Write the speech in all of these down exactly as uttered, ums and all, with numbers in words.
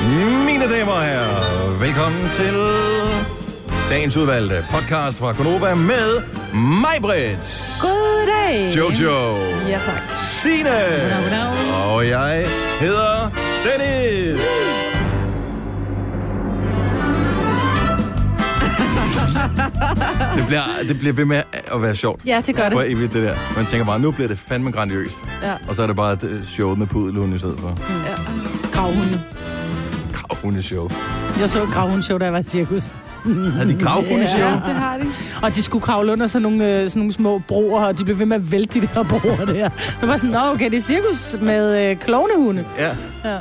Mine damer og herrer, velkommen til dagens udvalgte podcast fra Gonova med mig, Britt. Goddag. Jojo. Ja, tak. Signe. Goddag, goddag. Og jeg hedder Dennis. det, bliver, det bliver ved med at være sjovt. Ja, det gør det. For evigt, det der. Man tænker bare, nu bliver det fandme grandiøst. Ja. Og så er det bare et show med pudelhunde i stedet for. Mm. Ja. Gravhunde. Gravhundeshow. Jeg så et gravhundeshow, da jeg var i cirkus. Har de gravhundeshow? Ja, det har de. Og de skulle kravle under sådan nogle, øh, sådan nogle små broer, og de blev ved med at vælte de der broer der. Det var sådan, nå okay, det er cirkus med øh, klovnehunde. Ja. Ja.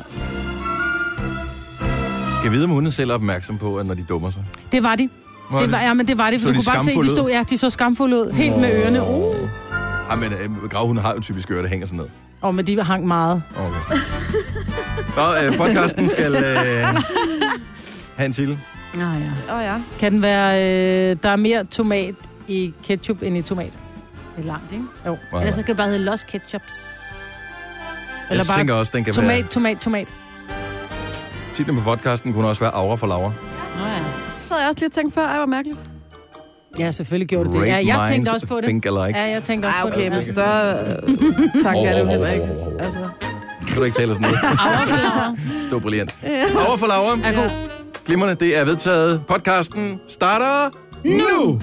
Jeg ved, om hunde selv er opmærksom på, at når de dummer sig. Det var de. Var det var, ja, men det var det, for så du de kunne bare se, de stod, ja, de så skamfulde ud. Helt oh. med ørerne. Oh. Ja, men øh, gravhunde har jo typisk ører, der hænger sådan ned. Og men de hang meget. Okay. Nå, øh, podcasten skal øh, have en titel. Ah, ja. Åh oh, ja. Kan den være, øh, der er mere tomat i ketchup end i tomat? Det er langt, ikke? Jo. Nej, Ellers så skal det bare hedde Los Ketchups. Eller jeg bare tænker også, den kan tomat, være... tomat, tomat. Titlen på podcasten kunne også være Aura for Laura. Nå ja. Så havde jeg også lige tænkt før, ej, hvor mærkeligt. Ja, selvfølgelig gjorde det det. Great Ja, jeg tænkte minds også på det. think alike. Ja, jeg tænkte også Ej, på okay, det. men større øh, tanke er det jo heller ikke. Altså. Kan du ikke tale sådan noget? Aura for Laura. Stå brilliant. Aura for Laura. Er god. Glimrende, det er vedtaget. Podcasten starter nu!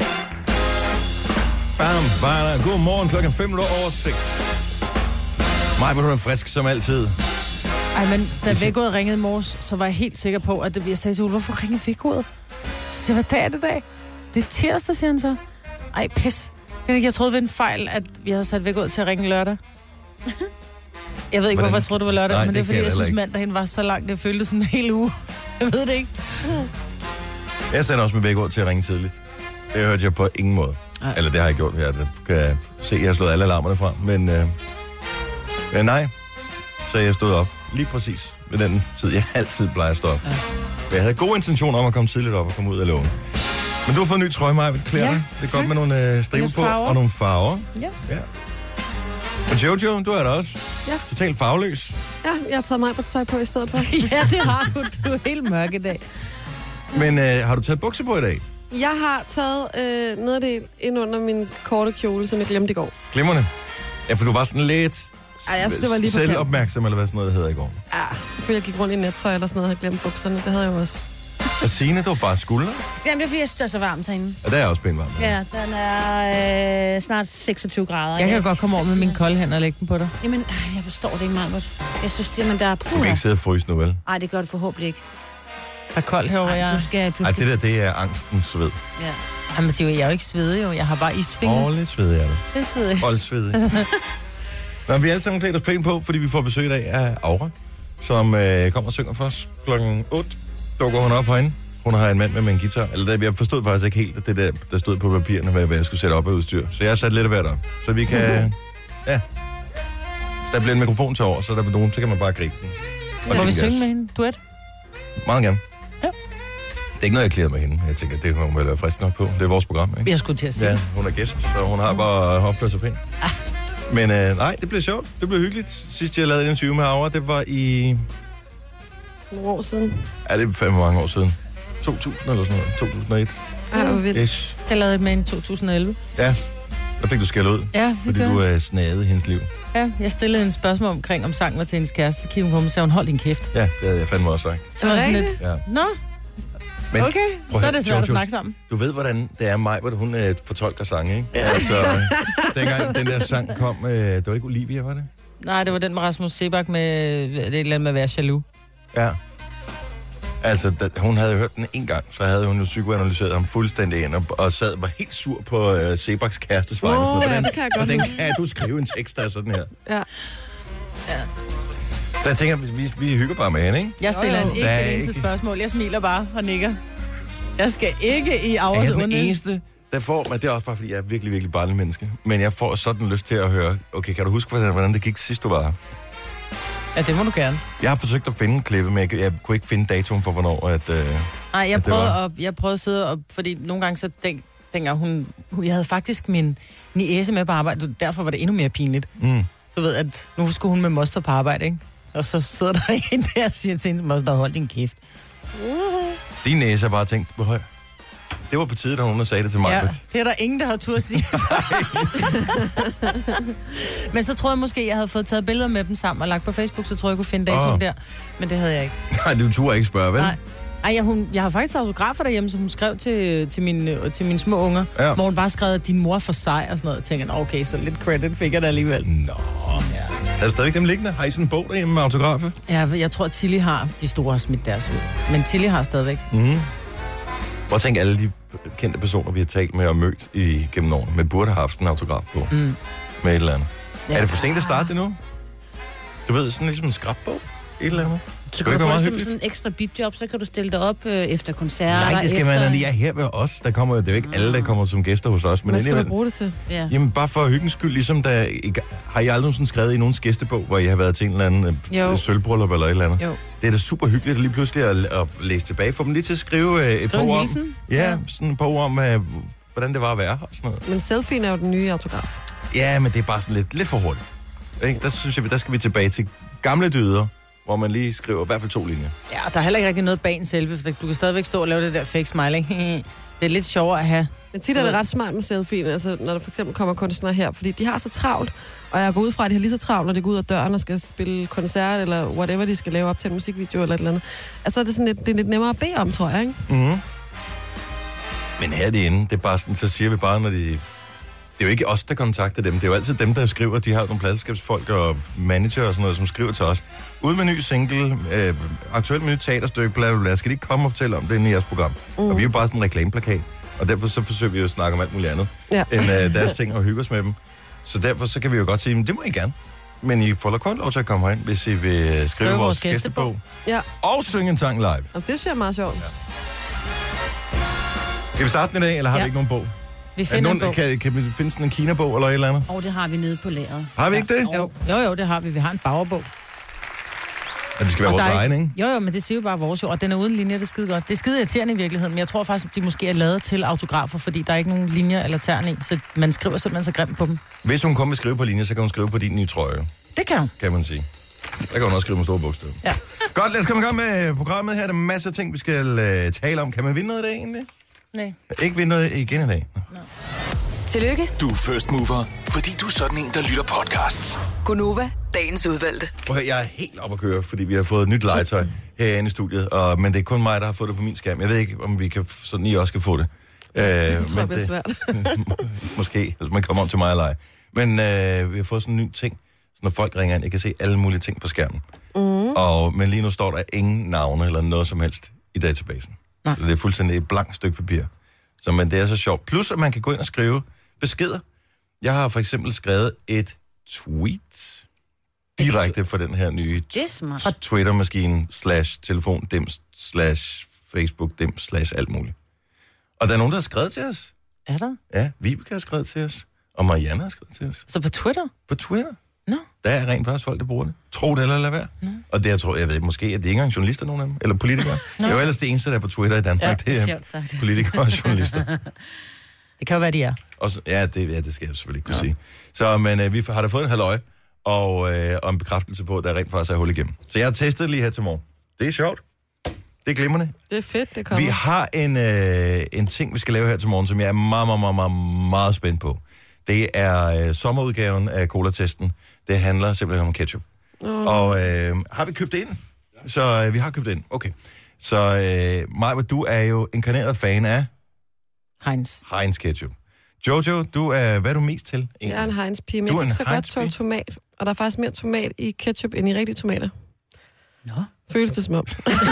Bam, bam, god morgen, klokken fem over seks. Maj, hvor du er frisk som altid. Ej, men da Vækåret ringede i morges, så var jeg helt sikker på, at det, jeg sagde til Ulle, hvorfor ringer Vækåret? Så siger jeg, hvad dag er det i dag? Det er tirsdag, siger han så. Ej, pis. Jeg troede ved en fejl, at vi havde sat Vækåret til at ringe lørdag. Jeg ved ikke, Hvordan? hvorfor jeg troede, det var lørdag, Nej, men det er det fordi, kan jeg jeg synes, heller mandagen var så langt, det føltes som en hel uge. Jeg ved det ikke. Jeg sender også med vækord til at ringe tidligt. Det hørte jeg på ingen måde. Ej. Eller det har jeg gjort. Jeg kan se, at jeg har slået alle alarmerne fra. Men øh, øh, nej, så jeg stod op lige præcis ved den tid. Jeg altid plejer at stå op. Ja. Men jeg havde gode intentioner om at komme tidligt op og komme ud af lågen. Men du har fået en ny trøje, Maja. Klæder Ja, dig. Det er tak. godt med nogle øh, striber på farver. og nogle farver. Ja. Ja. Og Jojo, du er der også. Ja. Totalt farveløs. Ja, jeg har taget mig på tøj på i stedet for. Ja, det har du. Du er helt mørk i dag. Men øh, har du taget bukser på i dag? Jeg har taget øh, nederdel ind under min korte kjole, som jeg glemte i går. Glimrende. Ja, for du var sådan lidt Ej, jeg synes, det var lige på kanten. selvopmærksom, eller hvad sådan noget hedder i går. Ja, jeg følte, jeg gik rundt i nattøj eller sådan noget, og havde glemt bukserne. Det havde jeg jo også. Og Signe, det var bare skuldre. Jamen, det er fordi, jeg synes, det er så varmt herinde. Og der er også pænt varmt. Ja, den er øh, snart seksogtyve grader. Jeg kan godt komme over med min kolde hænder og lægge den på dig. Jamen, øh, jeg forstår det ikke, Margot. Jeg synes, det, men der er... Du kan ikke sidde og fryse nu, vel? Nej, det gør det forhåbentlig ikke. Der er koldt herovre, Ej, jeg. du skal... Du Ej, skal... det der, det er angstens sved. Ja. Jamen, det er jo, jeg er jo ikke svedig, jo. Jeg har bare isfinger. Åh, lidt svedig er det. Det er svedig. Oldsvedig. Nå, vi er alle sammen klædt os pænt på, fordi vi får besøg i dag af Aura, som øh, kommer og synger for os klokken otte. Dukker hun op herinde. Hun har en mand med, med en guitar. Eller jeg forstod faktisk ikke helt, at det der, der stod på papirerne, hvad jeg skulle sætte op af udstyr. Så jeg har sat lidt af hvert op. Så vi kan... Ja. Så der bliver en mikrofon til over, så der er nogen, så kan man bare gribe den. Og Må vi det synge gas. med hende? Duet? Meget gerne. Ja. Det er ikke noget, jeg klæder med hende. Jeg tænker, det kan hun vel være frisk nok på. Det er vores program, ikke? Jeg skulle til at sige. Ja, hun er gæst, så hun har bare opført sig pænt. Ah. Men øh, nej, det blev sjovt. Det blev hyggeligt. Sidst jeg lavede en interview med Aura, det var i... Nogle år siden. Ja, det er fandme mange år siden. to tusind eller sådan noget. to tusind og et. Ej, hvor vildt. Ish. Jeg lavede et med en to tusind og elleve. Ja, der fik du skæld ud. Ja, det Fordi gør du jeg. øh, snagede hendes liv. Ja, jeg stillede en spørgsmål omkring, om sangen var til hendes kæreste. Så kiggede hun på mig og sagde, hun hold din kæft. Ja, det havde jeg fandme også sagt. Så var jeg sådan Rigtigt? lidt, Ja. nå, Men, okay, prøv så er at- det svært at Jojo, snakke sammen. Du ved, hvordan det er mig, hvor hun øh, fortolker sange, ikke? Ja. Altså, øh, dengang den der sang kom, øh, det var ikke Olivia, var det? Nej, det var den med Rasmus Sebak med, det er et eller andet med at være jaloux. Ja. Altså, da, hun havde hørt den en gang, så havde hun jo psykoanalyseret ham fuldstændig ind, og, og sad var helt sur på øh, Sebaks kærestes vegne. Åh, Sådan, ja, hvordan, det kan jeg godt hvordan huske. kan du skrive en tekst, der er sådan her? Ja. Så jeg tænker, vi, vi hygger bare med hende, ikke? Jeg stiller Jo, jo. en ikke Der er det eneste ikke- spørgsmål. Jeg smiler bare og nikker. Jeg skal ikke i Er Auras jeg den onde. eneste, der får, men det er også bare, fordi jeg er virkelig, virkelig barnlig menneske. Men jeg får sådan lyst til at høre, okay, kan du huske, hvordan, hvordan det gik sidst, du var her? Ja, det må du gerne. Jeg har forsøgt at finde klippet, men jeg, jeg kunne ikke finde datoen for, hvornår at... Øh, Nej, jeg det prøvede, var- at, jeg prøvede at sidde og... Fordi nogle gange så denk, dengang hun, hun... Jeg havde faktisk min niece med på arbejde. Derfor var det endnu mere pinligt. mm. Du ved, at nu skulle hun med moster på arbejde, ikke? Og så sidder der en der og siger til hende, som også der holdt din kæft. Din næse har bare tænkt, hvor høj. Det var på tide, da nogen der sagde det til mig. Ja, det er der ingen, der har tur at sige. Men så tror jeg måske, jeg havde fået taget billeder med dem sammen og lagt på Facebook, så tror jeg, jeg kunne finde datoen oh. der. Men det havde jeg ikke. Nej, du turde ikke spørge, vel? Nej. Ej, jeg, hun, jeg har faktisk autografer derhjemme, som hun skrev til, til, mine, til mine små unger. Ja. Hvor hun bare skrev, din mor for sig og sådan noget. Jeg tænker, okay, så lidt credit fik jeg da alligevel. Nå. Ja. Er der stadig dem liggende? Har I sådan en bog derhjemme med autografer? Ja, jeg tror, at Tilly har, de store har smidt deres ud. Men Tilly har stadigvæk. Mhm. Prøv at tænke alle de kendte personer, vi har talt med og mødt i, gennem årene, men burde have haft en autograf på. Mm. Med et eller andet. Ja. Er det for sent at starte det nu? Du ved, sådan ligesom en skrabbog? Et eller andet? Så kan du få det som sådan en ekstra bidjob, så kan du stille dig op øh, efter koncerter. Nej, det skal efter... være, når de er her ved os. Der kommer, det er jo ikke alle, der kommer som gæster hos os. Men hvad skal alligevel, du bruge det til? Ja. Jamen, bare for hyggens skyld, ligesom der... Har I aldrig sådan skrevet i nogens gæstebog, hvor I har været til en eller anden øh, sølvbryllup eller et eller andet? Jo. Det er da super hyggeligt lige pludselig at, at læse tilbage. Få dem lige til at skrive øh, et par ord om... Ja, ja, sådan et par ord om, øh, hvordan det var at være her og sådan noget. Men selfien er jo den nye autograf. Ja, men det er bare sådan lidt, lidt for hurtigt. Ikke? Der synes jeg, der skal vi tilbage til gamle dyder, hvor man lige skriver i hvert fald to linjer. Ja, der er heller ikke rigtig noget bag en selfie, for du kan stadigvæk stå og lave det der fake smile, ikke? Det er lidt sjovere at have. Men tit er det ret smart med selfien, altså når der for eksempel kommer kunstnere her, fordi de har så travlt, og jeg går ud fra, at de har lige så travlt, når de går ud af døren og skal spille koncert, eller whatever de skal lave op til en musikvideo eller et eller andet. Altså det er sådan lidt, det er lidt nemmere at bede om, tror jeg, ikke? Mm-hmm. Men her er det inde, det er bare sådan, så siger vi bare, når de... Det er jo ikke os, der kontakter dem. Det er jo altid dem, der skriver. De har nogle pladselskabsfolk og manager og sådan noget, som skriver til os. Ude med ny single, øh, aktuelt med nyt teaterstykke, bla bla bla. Skal de ikke komme og fortælle om det inde i jeres program? Mm. Og vi er jo bare sådan en reklameplakat. Og derfor så forsøger vi jo at snakke om alt muligt andet, ja. end øh, deres ting og hygge os med dem. Så derfor så kan vi jo godt sige, det må I gerne. Men I får da kun lov til at komme herind, hvis I vil skrive, skrive vores, vores gæstebog. Ja. Og synge en sang live. Og det synes jeg er meget sjovt. Ja. Skal vi starte den i dag, eller har ja. vi ikke nogen bog? Vi finder nogen, en bog. Kan, kan vi finde sådan en Kina-bog eller et eller andet? Og det har vi nede på lageret. Har vi ikke det? Jo, jo, jo, det har vi. Vi har en Bauer-bog. Og det skal være og vores egen, ikke? Jo, jo, men det siger jo bare vores jo. Og den er uden linjer, det er skide godt. Det er skide irriterende i virkeligheden, men jeg tror faktisk, at de måske er lavet til autografer, fordi der er ikke nogen linjer eller tern i, så man skriver simpelthen så grimt på dem. Hvis hun kommer med skrive på linjer, så kan hun skrive på din nye trøje. Det kan hun. Kan man sige. Der kan hun også skrive med store bogstaver. Ja. Godt, lad os komme i gang med programmet. Her er der masser af ting, vi skal uh, tale om. Kan man vinde noget i dag egentlig? Nej. Ikke vinde noget igen i dag? Nå. Tillykke. Du er first mover, fordi du er sådan en, der lytter podcasts. Gunova, dagens udvalgte. Prøv at, jeg er helt op at køre, fordi vi har fået et nyt legetøj herinde i studiet. Og, men det er kun mig, der har fået det på min skærm. Jeg ved ikke, om vi kan, sådan I også kan få det. Uh, det tror jeg bliver svært. Måske, altså man kommer om til mig og lege. Men uh, vi har fået sådan en ny ting, så når folk ringer ind, jeg kan se alle mulige ting på skærmen. Mm. Og, men lige nu står der ingen navne eller noget som helst i databasen. Så det er fuldstændig et blankt stykke papir. Så men det er så sjovt. Plus, at man kan gå ind og skrive beskeder. Jeg har for eksempel skrevet et tweet direkte fra den her nye t- Twitter-maskine slash telefon dims slash Facebook dims slash alt muligt. Og der er nogen, der har skrevet til os. Er der? Ja, Vibeke har skrevet til os. Og Marianne har skrevet til os. Så på Twitter? På Twitter. Nå. Der er rent faktisk folk, der bruger det. Tro det eller lad være. Nå. Og det, jeg tror, jeg ved, måske er det ikke engang journalister, nogen af dem, eller politikere. Det er jo ellers det eneste, der er på Twitter i Danmark. Ja, det er politikere og journalister. Det kan jo være, de er. Og så, ja, det, ja, det skal jeg selvfølgelig ikke kunne ja. sige. Så, men øh, vi har da fået en halvøje, og, øh, og en bekræftelse på, at der rent faktisk er hul igennem. Så jeg har testet lige her til morgen. Det er sjovt. Det er glimrende. Det er fedt, det kommer. Vi har en, øh, en ting, vi skal lave her til morgen, som jeg er meget, meget, meget, meget, meget spændt på. Det er øh, sommerudgaven af Cola-testen. Det handler simpelthen om ketchup. Oh. Og øh, har vi købt det ind? Ja. Så øh, vi har købt det ind. Okay. Så øh, Maja, du er jo inkarneret fan af Heinz. Heinz ketchup. Jojo, du er, hvad er du mest til? Jeg er en Heinz-pige, men jeg kan ikke så godt tåle tomat. Og der er faktisk mere tomat i ketchup, end i rigtige tomater. Nå. Føles det som om.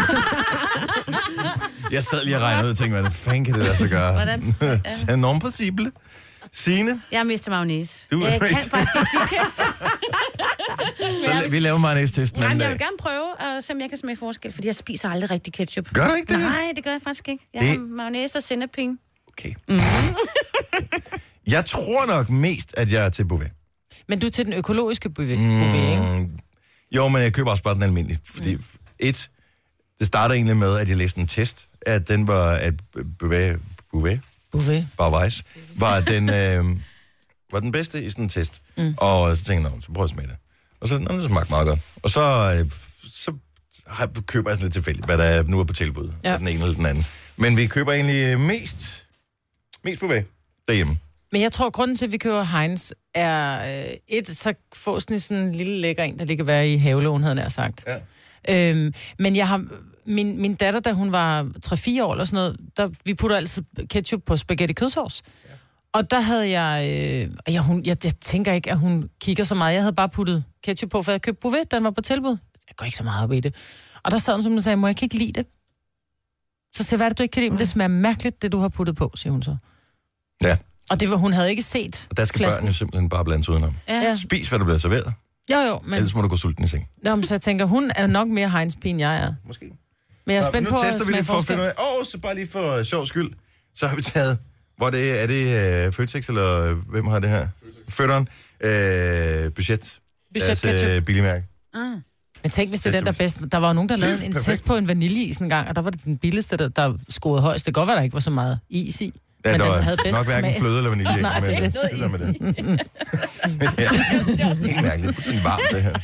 Jeg sad lige og regnede ud og tænkte, hvad fanden kan det lade sig gøre? Hvordan? Ja. C'est non possible. Signe? Jeg er mest til mayonnaise. Du jeg kan faktisk ikke lide ketchup. Så vi laver mayonnaise-testen. Nej, men jeg vil gerne prøve at se, om jeg kan smage forskel, fordi jeg spiser aldrig rigtig ketchup. Gør du ikke det? Nej, det gør jeg faktisk ikke. Jeg det... har mayonnaise og senneping. Okay. Mm. Jeg tror nok mest, at jeg er til Beauvais. Men du er til den økologiske Beauvais, mm. Beauvais, ikke? Jo, men jeg køber også bare den almindelige. Fordi mm. et, det starter egentlig med, at jeg læste en test, at den var, at Beauvais, Beauvais, Beauvais. Beauvais, var den, øh, var den bedste i sådan en test. Mm. Og så tænkte jeg, så prøv at smage det. Og så, nå, det smagte meget godt. Og så, øh, så har, køber jeg sådan lidt tilfældigt, hvad der er nu er på tilbud. Ja. Den ene eller den anden. Men vi køber egentlig mest, mest på vej derhjemme. Men jeg tror, grunden til, at vi køber Heinz, er øh, et, så få sådan en lille lækker en, der lige kan være i havelån, havde jeg sagt. Ja. Øhm, men jeg har... Min, min datter, da hun var tre fire år eller sådan noget, der, vi putter altid ketchup på spaghetti kødsovs. Ja. Og der havde jeg... Øh, jeg, hun, jeg... Jeg tænker ikke, at hun kigger så meget. Jeg havde bare puttet ketchup på, for jeg købte Bouvet, den var på tilbud. Jeg går ikke så meget op i det. Og der sad hun, som hun sagde, må jeg ikke lide det? Så siger hvad er det, du ikke kan lide? Men det smager mærkeligt, det du har puttet på, siger hun så. Ja. Og det var, hun havde ikke set og der skal flasken. børn jo simpelthen bare blandes udenom. Ja. Spis, hvad der bliver serveret. Jo, jo. Men... Ellers må du gå sulten i seng. Nå, men så jeg tænker, hun er nok mere Heinz-pige, end jeg er. Måske. Men jeg er spændt Nå, på nu tester vi lige for at finde ud af... Åh, oh, så bare lige for uh, sjov skyld. Så har vi taget... Hvor det, er det uh, Føtex, eller uh, hvem har det her? Fødderen. Uh, budget. Budget ketchup. Uh, billigmærke. Ah. Men tænk, hvis det er den, der er bedst. Der var jo nogen, der lavede en test på en vaniljeis en gang, og der var det den billigste, der, der scorede højst. Det kan godt være, der ikke var så meget is i. Ja, men der den var havde bedst nok hverken smag. fløde eller vanilje. Nej, men, det er det. Det med det. Ja, helt mærkeligt. Det er sådan varmt, det her.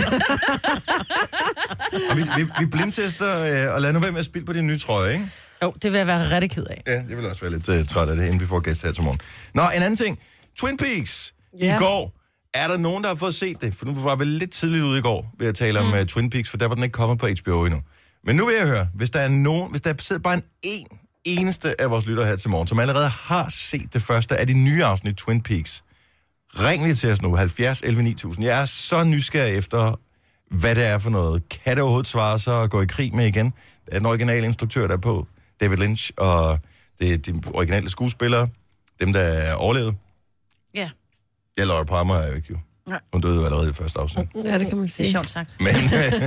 Og vi, vi, vi blindtester, øh, og lad nu være med at spille på din nye trøje, ikke? Jo, det vil jeg være rigtig ked af. Ja, jeg vil også være lidt uh, træt af det, inden vi får gæst her til morgen. Nå, en anden ting. Twin Peaks yeah. i går. Er der nogen, der har fået set det? For nu var vi lidt tidligt ude i går ved at tale mm. om uh, Twin Peaks, for der var den ikke kommet på H B O endnu. Men nu vil jeg høre, hvis der er nogen, hvis der sidder bare en, en eneste af vores lyttere her til morgen, som allerede har set det første af de nye afsnit Twin Peaks, ring lige til os nu, halvfjerds elleve ni tusind. Jeg er så nysgerrig efter, hvad det er for noget. Kan det overhovedet svare sig at gå i krig med igen? Det er den originale instruktør, der er på, David Lynch, og det er de originale skuespillere, dem, der er overlevet. Ja. Yeah. Ja, Laura Palmer er jo ikke jo. Nej. Hun døde jo allerede i første afsnit. Ja, det kan man sige. Det er sjovt sagt. Men,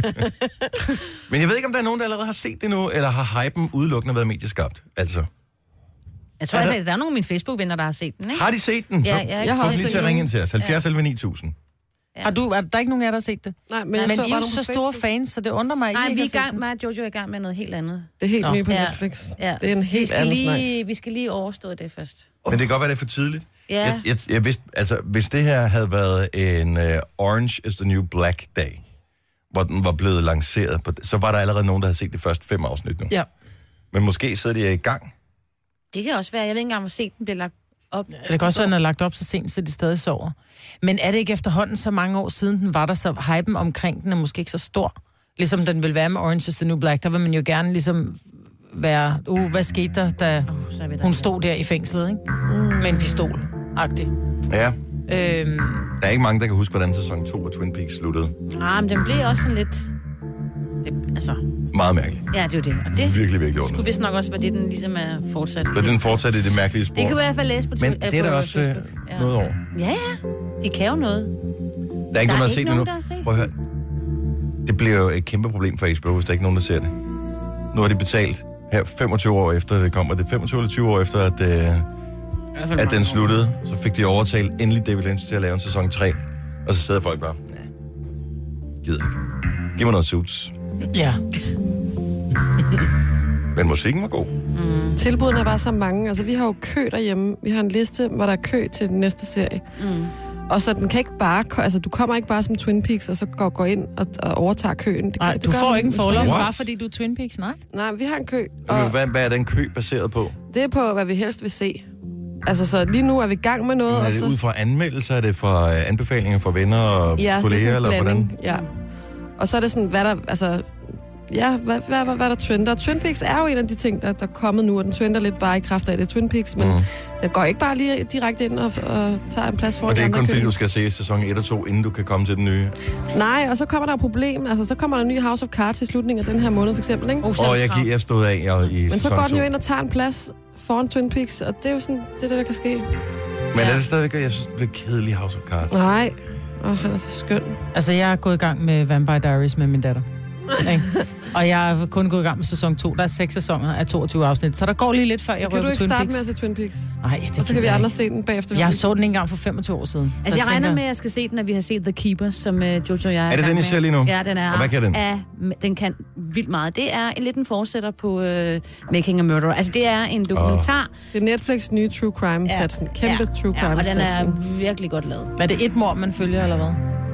men jeg ved ikke, om der er nogen, der allerede har set det nu, eller har hypen udelukkende været medieskabt. Altså. Jeg tror, altså, at der er nogle af mine Facebook-venner, der har set den, ikke? Har de set den? Ja, så, jeg, jeg har lige til at ringe ind til os. halvfjerds elleve ni tusind. Ja. Har du, er der ikke nogen af jer, der har set det? Nej, men, men så I er jo så store fans, så det undrer mig ikke. Nej, I vi er i har set gang den. med, at Jojo er i gang med noget helt andet. Det er helt Nå. nyt på Ja. Netflix. Ja. Det er en Vi helt skal anden lige, snak. vi skal lige overstå det først. Men det kan godt være, det er for tidligt. Ja. Jeg, jeg, jeg vidste, altså, hvis det her havde været en uh, Orange is the New Black dag, hvor den var blevet lanceret, på, så var der allerede nogen, der havde set de første fem afsnit nu. Ja. Men måske sidder de i gang. Det kan også være. Jeg ved ikke engang, hvor set den bliver lagt op. Ja, det kan også være, at den er lagt op så sent, så de stadig sover. Men er det ikke efterhånden så mange år siden, den var der, så hypen omkring den er måske ikke så stor? Ligesom den vil være med Orange is the New Black, der vil man jo gerne ligesom være, uh, hvad skete der, da Uh, hun stod der i fængslet, ikke? Mm. Med en pistol-agtig. Ja. Øhm, Der er ikke mange, der kan huske, hvordan sæson to af Twin Peaks sluttede. Ah, men den blev også sådan lidt... Det, altså, Meget mærkeligt. ja, det er jo det. Og det Virkelig, virkelig skulle ordentligt. vist nok også være det, den ligesom er fortsat. Så den fortsatte i det mærkelige spor. Det kan vi i hvert fald læse på Men Twitter. det er der også øh, noget over. Ja, ja. De kan jo noget. Der er ikke Der nogen, der er har set ikke det nu. nogen, der har set. Prøv at høre. Det bliver jo et kæmpe problem for H B O, hvis der ikke er nogen, der ser det. Nu har de betalt her femogtyve år efter det kommer. Det er femogtyve eller tyve år efter, at, øh, at den sluttede. Så fik de overtalt endelig David Lynch til at lave en sæson tre. Og så sidder folk bare, nej, gider ikke. Giv mig noget Suits. ja. Men musikken var god. Mm. Tilbudene er bare så mange. Altså, vi har jo kø derhjemme. Vi har en liste, hvor der er kø til den næste serie. Mm. Og så den kan ikke bare... Altså, du kommer ikke bare som Twin Peaks, og så går, går ind og, og overtager køen. Det, Nej, det du får ikke en forløb, What? bare fordi du er Twin Peaks, nej. Nej, vi har en kø. Og... Og Hvad, hvad er den kø baseret på? det er på, hvad vi helst vil se. Altså, så lige nu er vi i gang med noget. Er og det så... ud fra anmeldelser? Er det fra øh, anbefalinger fra venner og ja, kolleger? det er sådan en Eller hvordan? blanding. Ja. Og så er det sådan, hvad der... Altså, ja, hvad, hvad, hvad, hvad der trender. Twin Peaks er jo en af de ting, der, der er kommet nu, og den trender lidt bare i kraft af det. Twin Peaks, men mm. den går ikke bare lige direkte ind og, og tager en plads foran Og det er de ikke andre kun fordi, køen. du skal se sæson et og to, inden du kan komme til den nye. Nej, og så kommer der et problem. Altså, så kommer der en ny House of Cards i slutningen af den her måned, for eksempel, ikke? Oh, Og jeg, gi- jeg stod af og i Men så sæson går den jo to. ind og tager en plads foran Twin Peaks, og det er jo sådan, det er det, der kan ske. Men er det stadigvæk, jeg synes, det bliver kedelig House of Cards? Nej. Åh, han er så skøn. Altså, jeg er gået i gang med Vampire Diaries med min datter. Ikke? Og jeg er kun gået i gang med sæson to. Der er seks sæsoner af toogtyve afsnit. Så der går lige lidt før, jeg Kan rører du på ikke Twin starte Peaks. med at se Twin Peaks? Nej, det Og så kan vi jeg andre ikke. se den bagefter. Jeg så den ikke engang for femogtyve år siden. Altså, jeg regner tænker- med, at jeg skal se den, når vi har set The Keepers, som uh, Jojo og jeg Er det gang den, I med. ser lige nu? Ja, den er. Og hvad kan den? Er, den kan vildt meget. Det er en lidt en fortsætter på uh, Making a Murderer. Altså, det er en dokumentar. Oh. Det er Netflix nye True Crime-satsen. Kæmpe ja, True ja, og den Crime-satsen. er virkelig godt lavet. Er det et mord, man følger, eller hvad?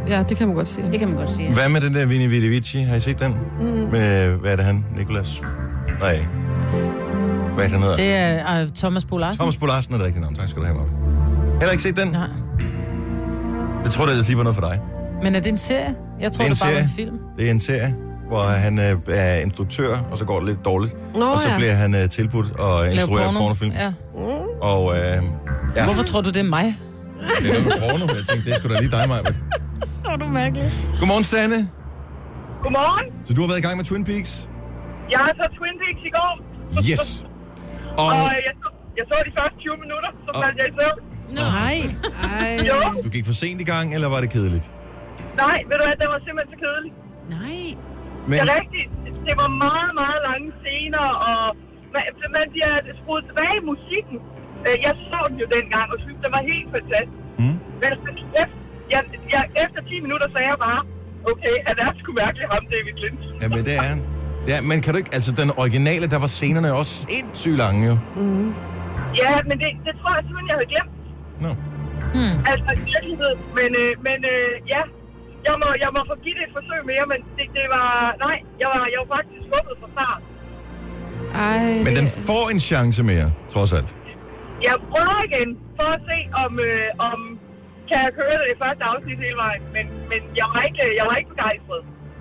Ja, det kan man godt sige. Det kan man godt sige. Hvad med den der Vinnie Vidi Vici? Har I set den? Mm. Med, hvad er det han? Nicolas? Nej. Hvad er det, han hedder? Det er uh, Thomas Bo Larsen. Thomas Bo Larsen er det rigtige navn. Tak skal du have, Mark. Heller ikke set den? Nej. Det tror jeg, det lige var noget for dig. Men er det en serie? Jeg tror, det, det bare serie. var en film. Det er en serie, hvor han øh, er instruktør, og så går det lidt dårligt. Nå, og så ja. bliver han øh, tilbudt og instruerer porno. pornofilm. Ja. Og, øh, ja. Hvorfor tror du, det er mig? Det er noget porno. Jeg tænkte, det er sgu da lige dig, Maja. Det var du mærkelig. Godmorgen, Sanne. Godmorgen. Så du har været i gang med Twin Peaks? Jeg har så Twin Peaks i går. Yes. Og, og jeg, så, jeg så de første tyve minutter, så og, faldt jeg i søvn. Nej. Ej. Jo. Du gik for sent i gang, eller var det kedeligt? Nej, ved du hvad, det var simpelthen så kedeligt. Nej. Men, Det er rigtigt. Det var meget, meget lange scener, og man, man bliver skruet tilbage i musikken. Jeg så den jo dengang, og synes, det var helt fantastisk. Mm. Men efter, jeg, jeg, efter ti minutter sagde jeg bare, okay, han er sgu mærkelig ham, David Lynch. ja, men det er han. Ja, men kan du ikke... Altså, den originale, der var scenerne også sindssygt lange, jo. Mm. Ja, men det, det tror jeg simpelthen, jeg havde glemt. Nå. Hmm. Altså, i virkelighed. Men, øh, men øh, ja, jeg må, jeg må få give det et forsøg mere, men det, det var... Nej, jeg var, jeg var faktisk skubbet fra start. Ej, Men det- den får en chance mere, trods alt. Jeg prøver igen, for at se, om, øh, om kan jeg køre det i første afsnit hele vejen. Men, men jeg var ikke, jeg var ikke begejstret.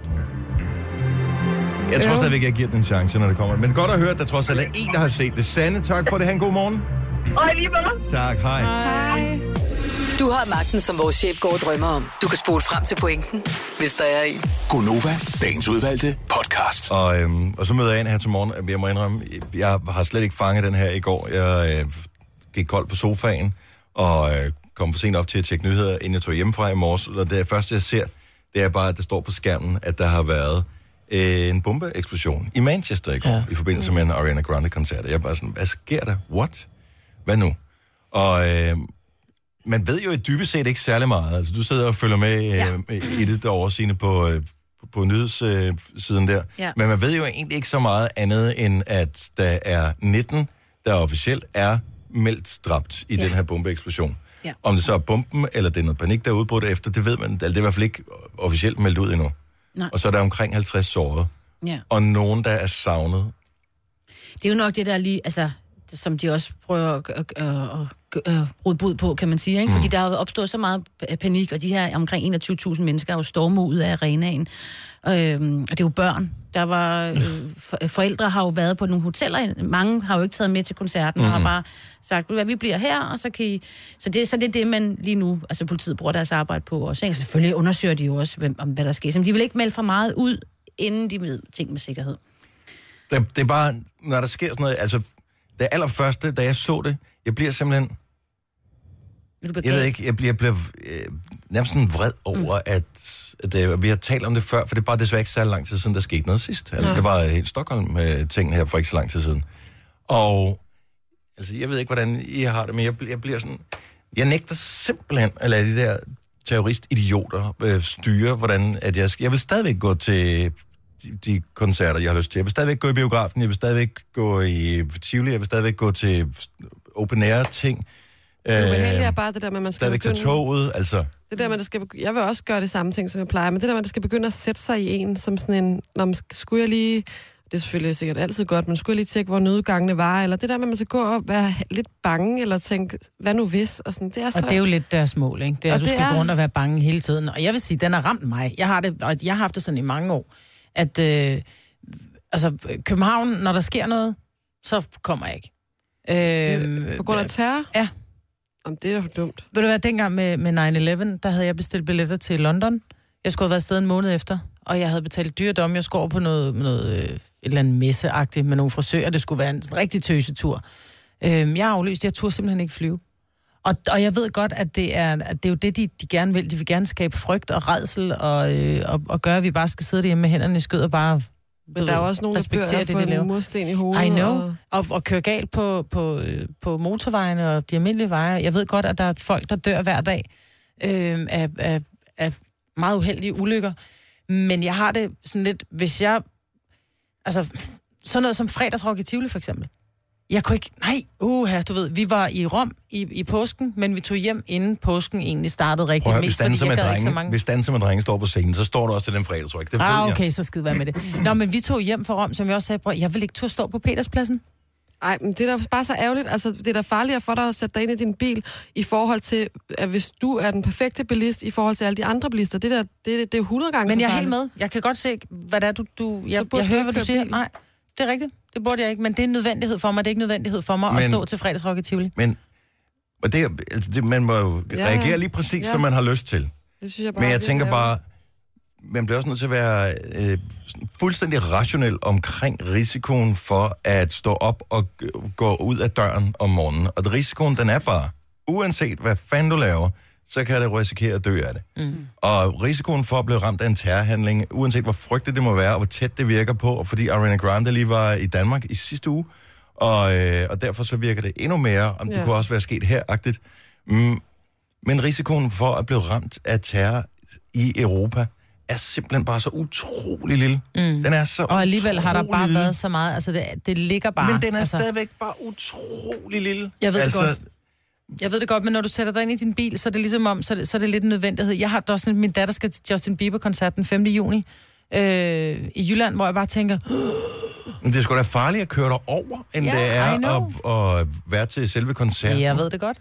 Jeg tror Jo. stadigvæk, jeg giver den en chance, når det kommer. Men godt at høre, at der trods alt er en, der har set det. Sanne, tak for det. Ha' en god morgen. Og i lige måde. Tak, hej. Hej. Du har magten, som vores chef går og drømmer om. Du kan spole frem til pointen, hvis der er en. Gonova, dagens udvalgte podcast. Og, øhm, og så møder jeg ind her til morgen. Jeg må indrømme, jeg har slet ikke fanget den her i går. Jeg øh, gik kold på sofaen og øh, kom for sent op til at tjekke nyheder, inden jeg tog hjemmefra i morges. Og det første, jeg ser, det er bare, at det står på skærmen, at der har været øh, en bombeeksplosion i Manchester i går, ja. i forbindelse med en Ariana Grande-koncert. Jeg er bare sådan, hvad sker der? What? Hvad nu? Og øh, man ved jo i dybest set ikke særlig meget. Altså, du sidder og følger med øh, ja. i det derovre, Signe, på, øh, på, på nyhedssiden øh, der. Ja. Men man ved jo egentlig ikke så meget andet, end at der er nitten, der officielt er meldt dræbt i Ja. den her bombeeksplosion. Ja. Om det så er bomben, eller det er noget panik, der er udbrudt efter, det ved man. Altså, det er i hvert fald ikke officielt meldt ud endnu. Nej. Og så er der omkring halvtreds sårede. Ja. Og nogen, der er savnet. Det er jo nok det, der lige, altså, som de også prøver at, at, at, at, at bryde bud på, kan man sige, ikke? Fordi mm. der er jo opstået så meget panik, og de her omkring enogtyve tusind mennesker er jo stormet ud af arenaen. Øhm, og det er jo børn. Der var, øh, for, forældre har jo været på nogle hoteller. Mange har jo ikke taget med til koncerten, mm. og har bare sagt, hvad vi bliver her, og så kan I... Så det, så det er det, man lige nu, altså politiet bruger deres arbejde på. Og så selvfølgelig undersøger de jo også, hvem, om hvad der sker. Så de vil ikke melde for meget ud, inden de ved ting med sikkerhed. Det, det er bare, når der sker sådan noget, altså, det allerførste, da jeg så det, jeg bliver simpelthen, Vil du jeg ved ikke, jeg bliver, jeg bliver øh, nærmest sådan vred over, mm. at, at det, vi har talt om det før, for det er bare desværre ikke så lang tid siden, der skete noget sidst. Altså, Nej. det var helt Stockholm-ting her for ikke så lang tid siden. Og, altså, jeg ved ikke, hvordan I har det, men jeg, jeg bliver sådan, jeg nægter simpelthen at lade de der terroristidioter øh, styre, hvordan at jeg skal, jeg vil stadigvæk gå til de, de koncerter, jeg har lyst til. Jeg vil stadigvæk gå i biografen, jeg vil stadigvæk gå i Tivoli, jeg vil stadigvæk gå til open air ting. Det ubehagelige er bare det der med, at man skal Stadigvæk til toget, altså. Det der med, at skal begy- jeg vil også gøre det samme ting, som jeg plejer, men det der med, at det skal begynde at sætte sig i en, som sådan en, når man skulle jeg lige, det er selvfølgelig sikkert altid godt, men skulle jeg lige tjekke, hvor nødgangene var, eller det der med, at man skal gå og være lidt bange, eller tænke, hvad nu hvis, og sådan, det er så... Og det er jo lidt deres mål, ikke? Det er, Og at du det skal er- gå rundt og være bange hele tiden. Og jeg vil sige, den har ramt mig. Jeg har det, og jeg har haft det sådan i mange år, at øh, altså, København, når der sker noget, så kommer jeg ikke. Øh, På grund af terror? Ja. Jamen, det er da for dumt. Ved du hvad, dengang med, med nine eleven, der havde jeg bestilt billetter til London. Jeg skulle have været afsted en måned efter, og jeg havde betalt dyredom. Jeg skulle over på noget, noget øh, et eller andet messeagtigt med nogle frisører. Det skulle være en sådan rigtig tøsetur. Øh, jeg har aflyst, jeg turde simpelthen ikke flyve. Og, og jeg ved godt, at det er, at det er jo det, de, de gerne vil. De vil gerne skabe frygt og rædsel, og, øh, og, og gøre, at vi bare skal sidde derhjemme med hænderne i skød og bare... Men der er jo også nogen, der bør respektere have det, fået de laver. en mursten i hovedet. I know. Og... Og, og køre galt på, på, øh, på motorvejene og de almindelige veje. Jeg ved godt, at der er folk, der dør hver dag øh, af, af, af meget uheldige ulykker. Men jeg har det sådan lidt, hvis jeg... Altså, sådan noget som fredagsrock i Tivoli, for eksempel. Jeg kunne ikke... Nej, uha, du ved, vi var i Rom i, i påsken, men vi tog hjem, inden påsken egentlig startede rigtig Prøv at høre, mest, hvis danser med jeg gad ikke så drenge, mange... hvis danser med drenge står på scenen, så står du også til den fredagsryk. Det Ah, ved okay, jeg. så skide være med det. Nå, men vi tog hjem fra Rom, som jeg også sagde, bror, jeg vil ikke turde stå på Peterspladsen. Ej, men det er da bare så ærgerligt. Altså, det er da farligere for dig at sætte dig ind i din bil, i forhold til, at hvis du er den perfekte bilist, i forhold til alle de andre bilister. Det der, det, det, det er hundrede gange Men så jeg er helt farligt. med. Jeg kan godt se, hvad det er, du... du jeg, Du burde jeg hører, ikke hvad du køre siger. bil. Nej, det er rigtigt. Det burde jeg ikke, men det er en nødvendighed for mig. Det er ikke en nødvendighed for mig men, at stå til fredagsrock i Tivoli. Men og det, altså, det, man må jo Ja, reagere lige præcis, ja. som man har lyst til. Det synes jeg bare Men er jeg lidt tænker ærgerligt. bare, man bliver også nødt til at være øh, sådan fuldstændig rationel omkring risikoen for at stå op og g- gå ud af døren om morgenen. Og risikoen, den er bare, uanset hvad fanden du laver, så kan det risikere at dø af det. Mm. Og risikoen for at blive ramt af en terrorhandling, uanset hvor frygteligt det må være, og hvor tæt det virker på, og fordi Ariana Grande lige var i Danmark i sidste uge, og, øh, og derfor så virker det endnu mere, om det Ja. kunne også være sket her-agtigt. Mm. Men risikoen for at blive ramt af terror i Europa er simpelthen bare så utrolig lille. Mm. Den er så Og alligevel har der utrolig bare lille. været så meget, altså det, det ligger bare... Men den er altså, stadigvæk bare utrolig lille. Jeg ved det altså, godt. Jeg ved det godt, men når du sætter dig ind i din bil, så er det ligesom om, så er det, så er det lidt en nødvendighed. Jeg har da også sådan, min datter skal til Justin Bieber-koncert den femte juni øh, i Jylland, hvor jeg bare tænker, Men det er sgu da farligt at køre dig over, end Ja, det I er know. at, at være til selve koncerten. jeg ved det godt.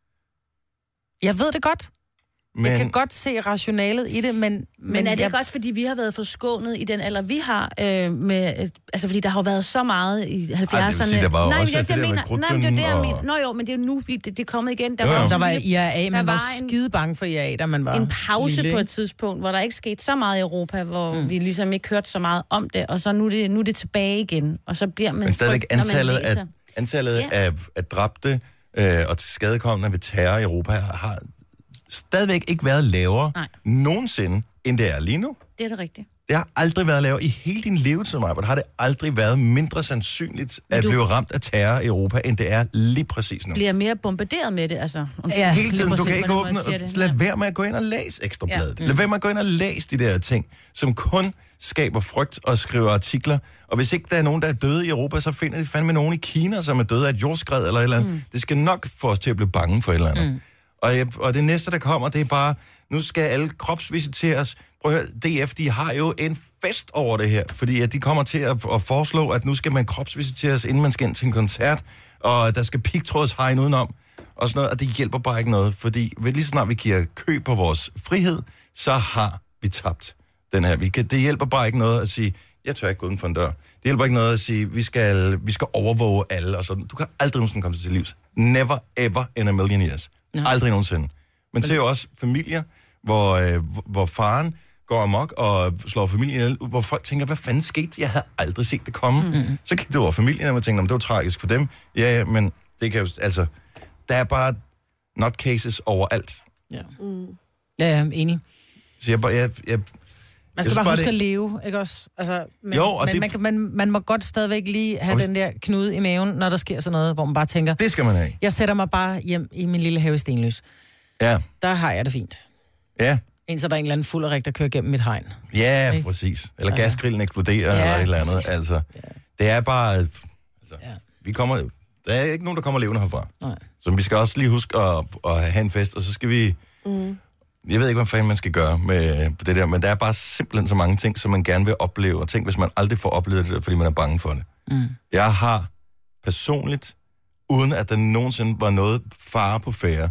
Jeg ved det godt. Men Jeg kan godt se rationalet i det, men... Men, Men er det jeg, ikke også, fordi vi har været forskånet i den alder, vi har? Øh, med, øh, altså, fordi der har jo været så meget i halvfjerdserne. sige, der var jo nej, også men det der med nej, men det er krudttønden det, jeg og- mener. Nå jo, men det er jo nu, vi, det, det er kommet igen. Der Jo, var, jo. jo der sådan var en I R A, der man var, var var en- skide bange for I R A, da man var en pause lille, på ikke? et tidspunkt, hvor der ikke skete så meget i Europa, hvor mm. vi ligesom ikke hørte så meget om det, og så nu er det, nu er det tilbage igen, og så bliver man Men stadigvæk frygt, når man antallet, af, læser. antallet Ja. af, af dræbte øh, og tilskadekomne ved terror i Europa har stadigvæk ikke været lavere Nej. nogensinde, end det er lige nu. Det er det rigtigt. Det har aldrig været lavere i hele din levetid, Maja, har det aldrig været mindre sandsynligt at du- blive ramt af terror i Europa, end det er lige præcis nu. Bliver mere bombarderet med det, altså. Om Ja, Hele tiden, lige du kan præcis, ikke hvordan man åbne, siger det. lad Ja. være med at gå ind og læse Ekstrabladet. Ja. Ja. Lad være med at gå ind og læse de der ting, som kun skaber frygt og skriver artikler. Og hvis ikke der er nogen, der er døde i Europa, så finder de fandme nogen i Kina, som er døde af et jordskred eller et eller andet. Mm. Det skal nok få os til at blive bange for et eller andet. Mm. Og, jeg, og det næste, der kommer, det er bare, nu skal alle kropsvisiteres. Prøv at høre, D F, de har jo en fest over det her, fordi at de kommer til at, at foreslå, at nu skal man kropsvisiteres, inden man skal ind til en koncert, og der skal pigtrådshegn udenom, og sådan noget, og det hjælper bare ikke noget, fordi lige så snart vi giver køb på vores frihed, så har vi tabt den her. Vi kan, det hjælper bare ikke noget at sige, jeg tør ikke gå uden for en dør. Det hjælper ikke noget at sige, vi skal, vi skal overvåge alle, og sådan. Du kan aldrig nogensinde komme til livs. Never ever in a million years. Ja. Aldrig nogensinde. Men ser jo også familier, hvor, øh, hvor faren går amok og slår familien ihjel, hvor folk tænker, hvad fanden skete? Jeg havde aldrig set det komme. Mm-hmm. Så gik det over familien, og man tænkte, det var tragisk for dem. Ja, ja, men det kan jo, altså, der er bare not cases overalt. Ja, mm. ja, ja, enig. Så jeg bare, jeg, jeg, Man skal synes bare bare, huske det- at leve, ikke også? Altså, men, Jo, og men det- man, kan, man, man må godt stadigvæk lige have Og- den der knude i maven, når der sker sådan noget, hvor man bare tænker, det skal man have. jeg sætter mig bare hjem i min lille have i Stenløs. Ja, Der har jeg det fint. ja. Indtil der er en eller anden fuld der kører gennem mit hegn. Ja, Ikke? præcis. Eller Ja. gasgrillen eksploderer, Ja, eller et eller andet. præcis. Altså, Ja. det er bare... Altså, Ja. vi kommer... Der er ikke nogen, der kommer levende herfra. Nej. Så vi skal også lige huske at, at have en fest, og så skal vi... Mm. Jeg ved ikke, hvad fanden man skal gøre med det der, men der er bare simpelthen så mange ting, som man gerne vil opleve, og tænk, hvis man aldrig får oplevet det, fordi man er bange for det. Mm. Jeg har personligt, uden at der nogensinde var noget fare på færde,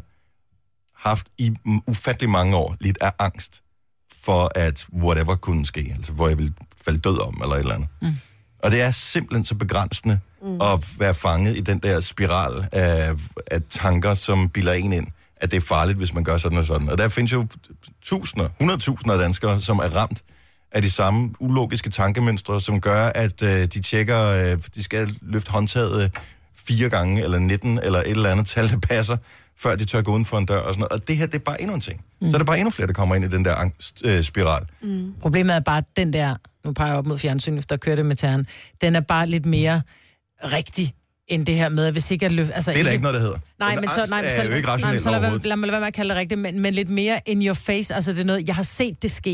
haft i ufattelig mange år lidt af angst for, at whatever kunne ske, altså hvor jeg ville falde død om, eller et eller andet. Mm. Og det er simpelthen så begrænsende mm. at være fanget i den der spiral af, af tanker, som bilder en ind, at det er farligt, hvis man gør sådan og sådan. Og der findes jo tusinder, hundredtusinder af danskere, som er ramt af de samme ulogiske tankemønstre, som gør, at øh, de tjekker, øh, de skal løfte håndtaget øh, fire gange, eller nitten, eller et eller andet tal, der passer, før de tør gå uden for en dør og sådan noget. Og det her, det er bare endnu en ting. Mm. Så er der bare endnu flere, der kommer ind i den der angstspiral. Øh, spiral. Mm. Problemet er bare, at den der, nu peger jeg op mod fjernsynet, der kører det med terren, den er bare lidt mere rigtig, end det her med, at hvis ikke at løfte... Altså, Det er der ikke, ikke noget, der hedder. Nej, Den men så, angst nej, men så, er jo ikke nej, rationelt så lad, overhovedet. lad, mig lade være med at kalde det rigtigt, men, men lidt mere in your face, altså det er noget, jeg har set det ske.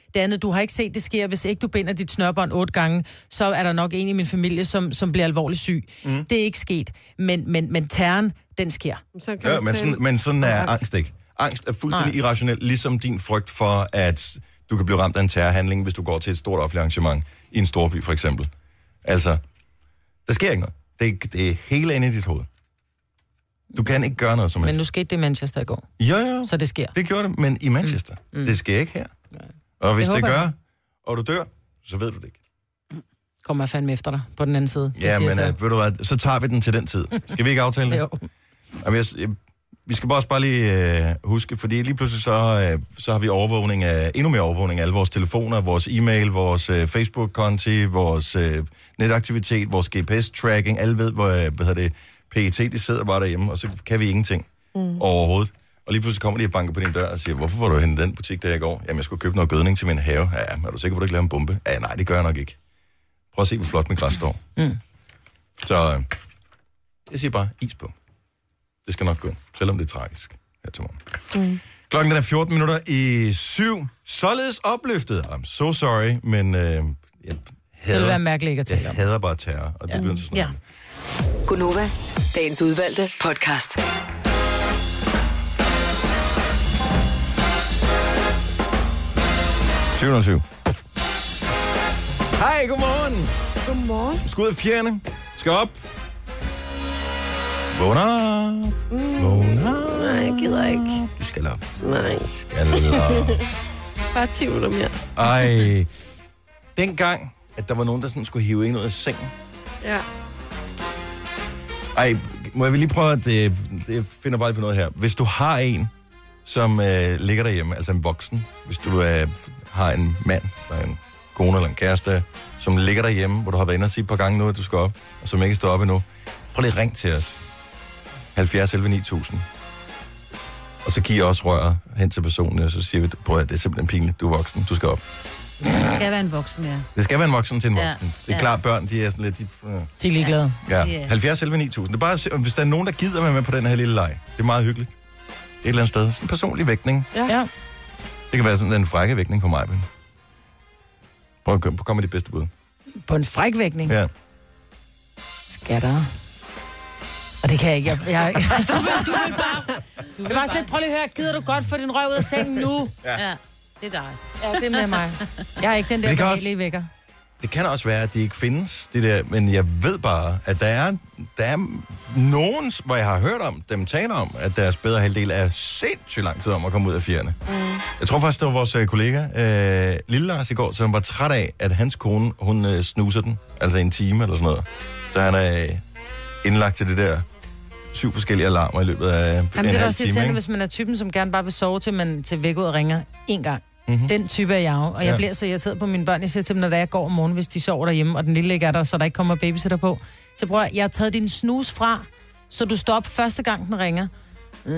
Det andet, du har ikke set, det sker, hvis ikke du binder dit snørbånd otte gange, så er der nok en i min familie, som, som bliver alvorligt syg. Mm. Det er ikke sket. Men, men, men terren, den sker. Så kan Ja, man men tale- sådan, men sådan er angst. angst ikke. Angst er fuldstændig Nej. irrationel, ligesom din frygt for, at du kan blive ramt af en terrorhandling, hvis du går til et stort offentligt arrangement i en storby, for eksempel. Altså, der sker ikke noget. Det er, det er hele inde i dit hoved. Du kan ikke gøre noget som Men helst. nu skete det i Manchester i går, Jo, jo, så det sker. det gjorde det, men i Manchester. Mm. Det sker ikke her. Og hvis Det det, det håber gør, og du dør, så ved du det ikke. Kommer jeg fandme efter dig på den anden side. Det Ja, siger men jeg uh, ved du hvad, så tager vi den til den tid. Skal vi ikke aftale til. det? Jo. Jamen, jeg, jeg, vi skal bare også bare lige øh, huske, fordi lige pludselig så, øh, så har vi overvågning af, endnu mere overvågning af alle vores telefoner, vores e-mail, vores øh, Facebook-konti, vores øh, netaktivitet, vores G P S-tracking. Alle ved, hvor øh, hvad hedder det, P E T de sidder bare derhjemme, og så kan vi ingenting mm. overhovedet. Og lige pludselig kommer de og banker på din dør og siger, hvorfor var du henne i den butik, der i går? Jamen, jeg skulle købe noget gødning til min have. Ja, men er du sikker på, at du ikke laver en bombe? Ja, nej, det gør jeg nok ikke. Prøv at se, hvor flot min græs står. Mm. Så øh, jeg siger bare, is på. Det skal nok gå, selvom det er tragisk her til morgen. Mm. Klokken er fjorten minutter i syv. Således opløftet. I'm so sorry, men øh, jeg Det hader, vil være mærkeligt ikke at tale jeg om. hader bare terror, og det ja. bliver så Ja. snart. Gunova, dagens udvalgte podcast. syv nul syv. Hej, godmorgen. Godmorgen. Skud af fjerne. Skal op. Vågn op. Mm. Vågn op. Nej, jeg gider ikke. Du skal op. Nej, Skal op. bare ti minutter mere. Ej. Dengang, at der var nogen, der sådan skulle hive en ud af sengen. Ja. Ej, må jeg lige prøve at det, det finder bare på noget her. Hvis du har en, som øh, ligger derhjemme, altså en voksen, hvis du øh, har en mand, eller en kone eller en kæreste, som ligger derhjemme, hvor du har været inde og sige et par gange nu, at du skal op, og som ikke står op endnu, prøv lige at ring til os. halvfjerds elleve ni tusind. Og så giver os røret hen til personen, og så siger vi, prøv at det er simpelthen pinligt, du er voksen, du skal op. Det skal være en voksen, ja. Det skal være en voksen til en Ja, voksen. Det er ja. klart, børn, de er sådan lidt... De, øh, De er ligeglade. Ja, Ja. halvfjerds elleve ni tusind. Det er bare, at se, hvis der er nogen, der gider være med på den her lille leg. Det er meget hyggeligt. Et eller andet sted. Sådan en personlig vægtning. Ja. Ja. Det kan være sådan en frække vægtning for mig. Prøv at komme med de bedste bud. På en fræk vægtning. Ja. Skatter. Og det kan jeg ikke. Jeg, jeg, jeg, du vil, du vil bare... Du vil bare sådan, prøv lige at høre, gider du godt få din røv ud af sengen nu? Ja, det er dig. Ja, det er med mig. Jeg er ikke den der Det kan behagelige også- vækker. Det kan også være, at de ikke findes, det der, men jeg ved bare, at der er, der er nogen, hvor jeg har hørt om, dem taler om, at deres bedre halvdel er sindssygt lang tid om at komme ud af fjerne. Mm. Jeg tror faktisk, det var vores øh, kollega, øh, Lille Lars i går, som var træt af, at hans kone, hun øh, snuser den, altså en time eller sådan noget. Så han er øh, indlagt til det der syv forskellige alarmer i løbet af Jamen, en det er da halv også time. irriterende, Ikke? hvis man er typen, som gerne bare vil sove til, man til væk ud og ringer en gang. Mhm. Den type er jeg jo, og jeg Ja. bliver så irriteret på mine børn. Jeg siger til dem, når jeg går om morgenen, hvis de sover derhjemme, og den lille ikke er der, så der ikke kommer babysitter på. Så prøv at, jeg har taget din snus fra, så du står op første gang, den ringer. De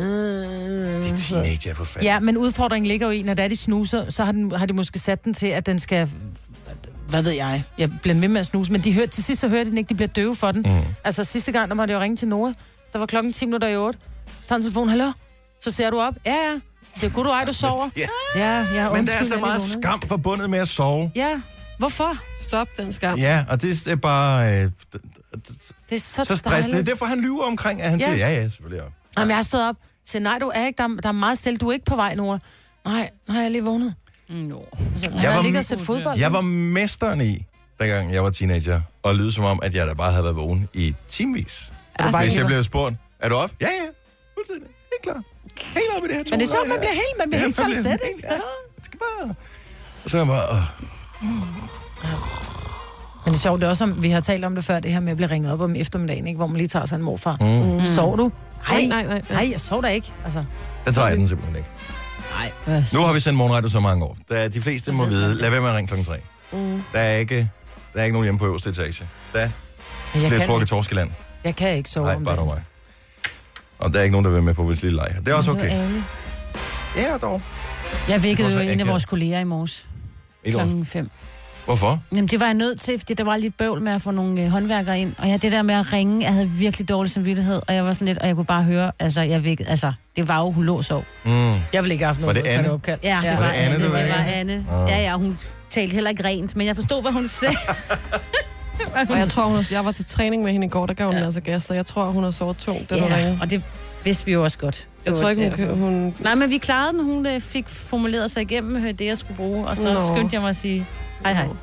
er teenager for fanden. Ja, men udfordringen ligger jo i, når der er de snuser, så har, den, har de måske sat den til, at den skal... Hvad ved jeg? Jeg bliver ved med at snuse, men de hør, til sidst så hører de den ikke, de bliver døve for den. Mm. Altså sidste gang, der måtte jeg jo ringe til Nora. Der var klokken ti minutter i otte. Tag en telefon, hallo? Så ser du op. Ja, ja. Så kunne du ej, du sover? Ja. Ja, ja, Men der er undskyld, så jeg meget lige vågnede. skam forbundet med at sove. Ja, hvorfor? Stop den skam. Ja, og det er bare... Øh, Det er så, så stress. Det er dejligt. derfor, han lyver omkring, at han Ja. siger, ja, ja, selvfølgelig. Ja. Jamen, jeg har stået op. Så nej, du er ikke. Der, der er meget stille. Du er ikke på vej, Nora. Nej, nej, jeg er lige vågnet. Nå. Så, Jeg jeg var- ligger og sætte fodbold. Jeg var mesteren i, dengang jeg var teenager, og lyde som om, at jeg da bare havde været vågen i timevis. Er du bare Hvis ikke jeg blev spurgt, er du op? Ja, ja. Fuldstændig. Helt klar. Helt op i det her tog. Men det er sjovt, man bliver helt, man bliver Ja, helt man bliver falset, helt- ikke? Ja, det skal bare... Og så er jeg bare... Åh. Men det er sjovt, det er også, om, vi har talt om det før, det her med at blive ringet op om eftermiddagen, ikke? Hvor man lige tager sig en morfar. Mm. Mm. Sov du? Nej, nej, nej. Nej, jeg sov da ikke. Altså, Den tager jeg den simpelthen ikke. Nej. Nu har vi sendt morgenradio så mange år. Der, de fleste må vide, lad være med at ringe klokken tre. Mm. Der er ikke, der er ikke nogen hjemme på øverste etage. Der jeg, bliver kan trukket ikke, torskeland. jeg kan ikke sove Nej, om bare dagen. dog mig. Og der er ikke nogen, der vil være med på vores lille leg. Det er også Det er okay. ærgerligt. Ja, dog. Jeg Det vækkede kan jo også være en af akavet. vores kolleger i morges. Ikke også? Klokken fem. Hvorfor? Jamen, det var jeg nødt til, fordi der var lidt bøvl med at få nogle øh, håndværkere ind. Og ja, det der med at ringe, jeg havde virkelig dårlig samvittighed, og jeg var sådan lidt, og jeg kunne bare høre, altså, jeg væk, altså, det var jo, hun lå og sov. Mm. Jeg ville ikke have haft noget Var det Anne? opkald. Ja, det Ja. var, Var det Anne, Anne, du det var var i? Anne. Ah. Ja, ja, hun talte heller ikke rent, men jeg forstod, hvad hun sagde. Og jeg tror, hun har, jeg var til træning med hende i går, der gav hun ja. altså gas, så jeg tror, hun har sovet tungt, da du Ja, ringede. og det vidste vi jo også godt. Jeg tror ikke, hun, kan- hun... Nej, men vi klarede den. Hun øh, fik formuleret sig igennem øh, det, jeg skulle bruge, og så Nå. skyndte jeg mig at sige, hej hej.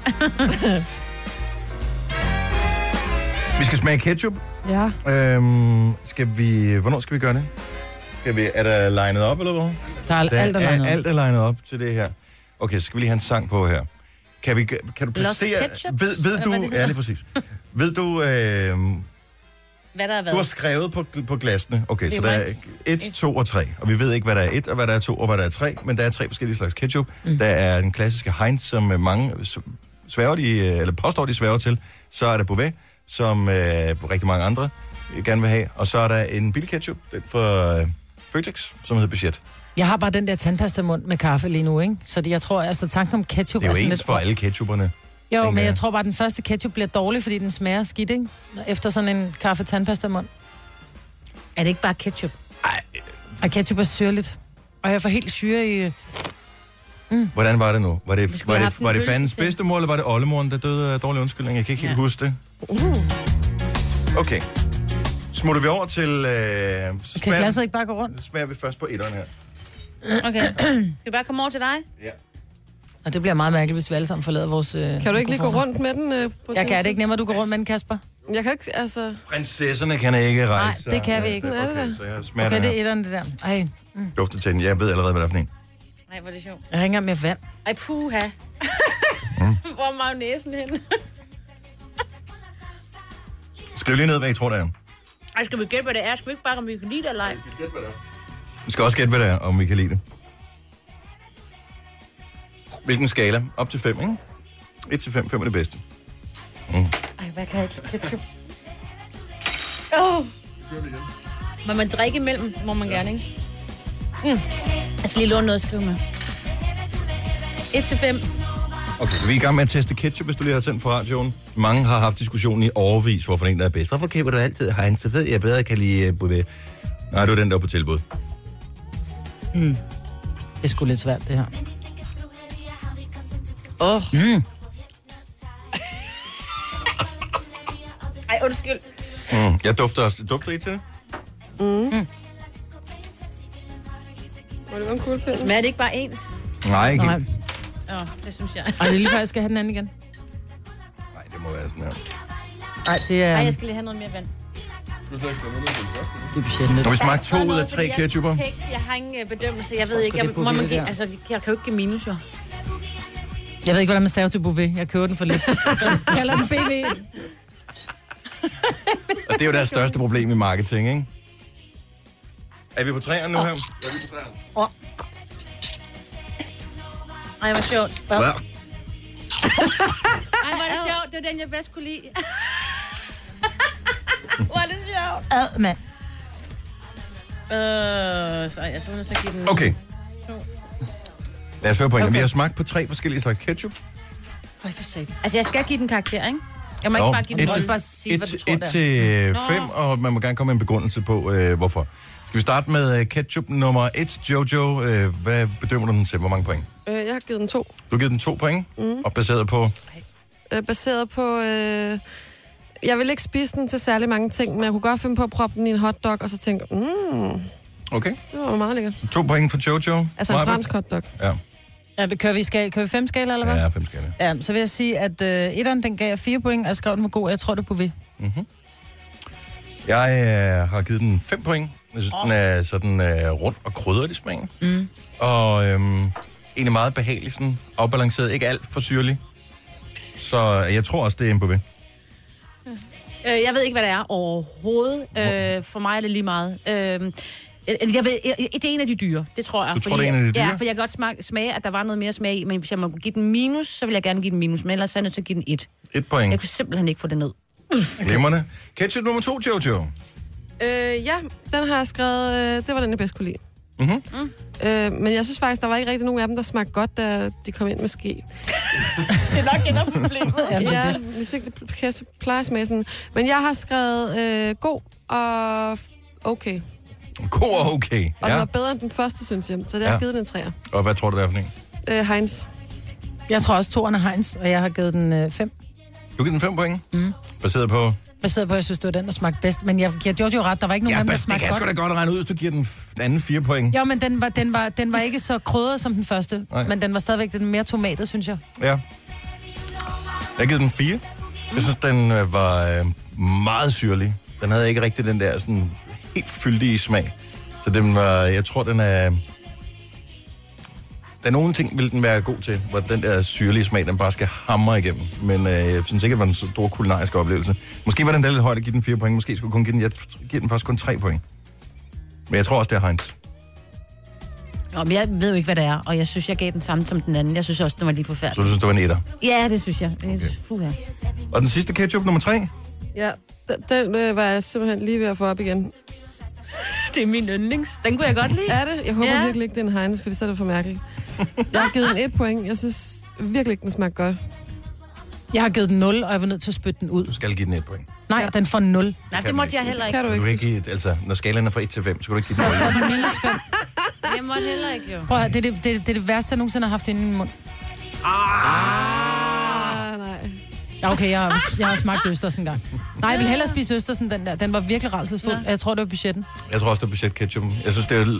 Vi skal smage ketchup. Ja. Øhm, skal vi... Hvornår skal vi gøre det? Skal vi... Er der legnet op, eller hvad? Der er Der alt, der er, er alt er legnet op til det her. Okay, så skal vi lige have en sang på her. Kan, vi, kan du Los placere... Ketchups, Ved, ved eller du... hvad det Ja, hedder? lige præcis. Ved du... Øh, Hvad der har du været? har skrevet på, på glasene. Okay, Det så er der er right. et, to og tre. Og vi ved ikke, hvad der er et, og hvad der er to, og hvad der er tre. Men der er tre forskellige slags ketchup. Mm. Der er den klassiske Heinz, som øh, mange s- sværger de, øh, eller påstår, de sværger til. Så er der Beauvais, som øh, rigtig mange andre øh, gerne vil have. Og så er der en bilketchup, den fra øh, Føtex, som hedder Budget. Jeg har bare den der tandpastamund med kaffe lige nu, ikke? Så det, jeg tror, altså tanken om ketchup Det er jo sådan ens for alle ketchupperne. Jo, tænker men jeg. jeg tror bare, at den første ketchup bliver dårlig, fordi den smager skidt, ikke? Efter sådan en kaffe tandpastamund. Er det ikke bare ketchup? Og ketchup er syrligt. Og jeg får helt syre i... Hvordan var det nu? Var det, skulle var have det, haft en var det pølse fandens til. bedstemor, eller var det oldemoren, der døde af dårlig undskyldning? Jeg kan ikke helt Ja. huske det. Okay. Smutter vi over til... Øh, Kan smager, glasset ikke bare gå rundt? smager vi først på etteren her. Okay. Skal vi bare komme over til dig? Ja. Og det bliver meget mærkeligt, hvis vi alle sammen forlader vores øh, Kan du ikke lige gå mikrofoner. rundt med den? Øh, på Jeg kan det ikke nemmere, du går rundt med den, Kasper. Jeg kan ikke, altså... Prinsesserne kan ikke rejse. Nej, det kan vi ikke. Sådan er det Okay, da. så jeg smager Okay, den det her. er etteren, det der. Ej, Dufter til den. Jeg ved allerede, hvad det er for en. Nej, hvor er det sjovt. jeg ringer med vand. Ej, puha. Mm. Hvor er magnæsen henne? Skriv lige ned, hvad I tror, det er. Ej, skal vi gætte, hvad det er? Skal vi ikke bare, om vi kan lide det eller ej? Vi skal også gætte, hvad det er, om vi kan lide det. Hvilken skala? Op til fem, ikke? et til fem. fem er det bedste. Ej, hvad kan jeg ikke? Ketchup. Åh. Må man drikke imellem? Må man gerne, ikke? Mm. Jeg skal lige låne noget at skrive med. et til fem. Okay, så vi er i gang med at teste ketchup, hvis du lige har tændt på radioen. Mange har haft diskussionen i overvis, hvorfor en der er bedst. Hvorfor køber du altid Heinz? Så ved jeg bedre, kan lide uh, Beauvais. Nej, det var den, der var på tilbud. Det er sgu lidt svært, det her. Åh, oh, Mm. Ej, undskyld. Mm, jeg dufter også. Dufter I til det? var det var en kuglepind? Smager det ikke bare ens? Nej, ikke. Nej. Nej, Ja, det synes jeg. Ej, det er lige før, jeg skal have den anden igen. det må være sådan her. Nej, det er... Ej, jeg skal lige have noget mere vand. Det er budgettet. Når vi Der smagte er to stadig ud af noget, tre fordi jeg- ketchupper. Jeg, jeg har ingen øh, bedømmelse. Jeg ved Hvor ikke, skal jeg, det på må man det give, der? altså, jeg kan jo ikke give minus, jo. Jeg ved ikke, hvordan man staver til Beauvais. Jeg køber den for lidt. Jeg kalder den B V. Og det er jo deres største problem i marketing, ikke? Er vi på træerne nu her? Ja, vi er på træerne. Ej, hvor sjovt. Ja. Ej, hvor er det sjovt. Det er den, jeg bedst kunne lide. Hvor er det sjovt. Ad, mand. Øh, så jeg så nødt til at give den... Okay. Lad os høre på en. Okay. Vi har smagt på tre forskellige slags ketchup. Ej, for sat. Altså, jeg skal give den karakter, ikke? Jeg må Nå, ikke bare give den et Du til- må bare sige, hvad du Et, tror, et det er. til Nå. fem, og man må gerne komme med en begrundelse på, øh, hvorfor. Skal vi starte med øh, ketchup nummer et, Jojo? Øh, hvad bedømmer du den til? Hvor mange point? Øh, jeg har givet den to. Du har givet den to point, mm. og baseret på... Øh, baseret på... Øh, jeg vil ikke spise den til særlig mange ting, men jeg kunne godt finde på at proppe den i en hotdog, og så tænke, mm, Okay, det var meget lækkert. to point for Jojo. Altså en Maj-Brit? fransk hotdog. Ja, Ja, kører vi, skal, kører vi fem skala, eller hvad? ja fem skala. Ja, så vil jeg sige, at øh, etteren, den gav jeg fire point, og jeg skrev den var god, og jeg tror, det er Beauvais. Jeg øh, har givet den fem point. Jeg synes, oh. den er sådan øh, rund og krydret i smagen. Mm. Og øhm, egentlig meget behagelig, sådan afbalanceret. Ikke alt for syrlig. Så jeg tror også, det er en Beauvais. Øh, jeg ved ikke, hvad det er overhovedet. Øh, for mig er det lige meget. Øh, jeg ved, jeg, det er en af de dyre, det tror jeg. Du tror, det er en af de dyre? Ja, for jeg kan godt smage, smage, at der var noget mere smag i, men hvis jeg må give den minus, så vil jeg gerne give den minus, men ellers er jeg nødt til at give den et. Et point. Jeg kunne simpelthen ikke få det ned. Glimrende. Ketchup nummer to, Jojo. Øh, ja, den har jeg skrevet... Øh, det var den, jeg bedst kunne lide. Mm-hmm. Mm. Øh, men jeg synes faktisk, der var ikke rigtig nogen af dem, der smagte godt, da de kom ind med ske. Det er nok det, der er problemet. Ja, jeg synes ikke, det plejer at smage sådan. Men jeg har skrevet øh, god og okay. God og okay. Og ja. den var bedre end den første, synes jeg. Så det har Ja. givet den en træer. Og hvad tror du, det er for en? Øh, Heinz. Jeg tror også, toeren er Heinz, og jeg har givet den øh, fem. Du giver den fem point? Mm. Baseret på? Baseret på, at jeg synes, det var den, der smagte bedst. Men jeg giver Giorgio ret, der var ikke nogen Ja, af dem, der bas, det smagte kan jeg godt. sgu da godt regne ud, hvis du giver den f- den anden fire point. Jo, men den var, den var, den var ikke så krydret som den første. Nej. Men den var stadigvæk den mere tomatet, synes jeg. Ja. Jeg har givet den fire. Jeg synes, den øh, var øh, meget syrlig. Den havde ikke rigtig den der sådan helt fyldige smag. Så den var, jeg tror, den er... Der er nogle ting, vil den være god til, hvor den der syrlige smag, den bare skal hamre igennem. Men øh, jeg synes ikke, det var en så stor kulinarisk oplevelse. Måske var den der lidt højt at give den fire point. Måske skulle kun give den, jeg giver den faktisk kun tre point. Men jeg tror også, det er Heinz. Nå, men jeg ved jo ikke, hvad det er, og jeg synes, jeg gav den samme som den anden. Jeg synes også, den var lige Så forfærdelig. du synes, det var en etter. Ja, det synes jeg. Okay. Uh, Og den sidste ketchup, nummer tre? Ja, den, den øh, var jeg simpelthen lige ved at få op igen. Det er min yndlings. Den kunne jeg godt lide. Er det? Jeg håber Ja. virkelig ikke, det er en Heinz, fordi så er det for mærkeligt. Jeg har givet den et point. Jeg synes virkelig ikke, den smagte godt. Jeg har givet den nul, og jeg var nødt til at spytte den ud. Du skal give den et point. Nej, ja. Den får nul. Nej, det måtte jeg heller ikke. Kan du Du ikke? kan ikke give, et- altså, når skalaen er fra et til fem, så kan du ikke give Så den får point. den minus fem. Jeg måtte heller ikke, jo. Prøv at høre, det er det, det, det, er det værste, jeg nogensinde har haft inde i min mund. Ah, nej. Ja, okay, jeg har, jeg har smagt østers en gang. Nej, jeg vil hellere spise østers end den der. Den var virkelig rædselsfuld. Ja. Jeg tror, det var budgetten. Jeg tror også, det er budget ketchup. Jeg synes, det er...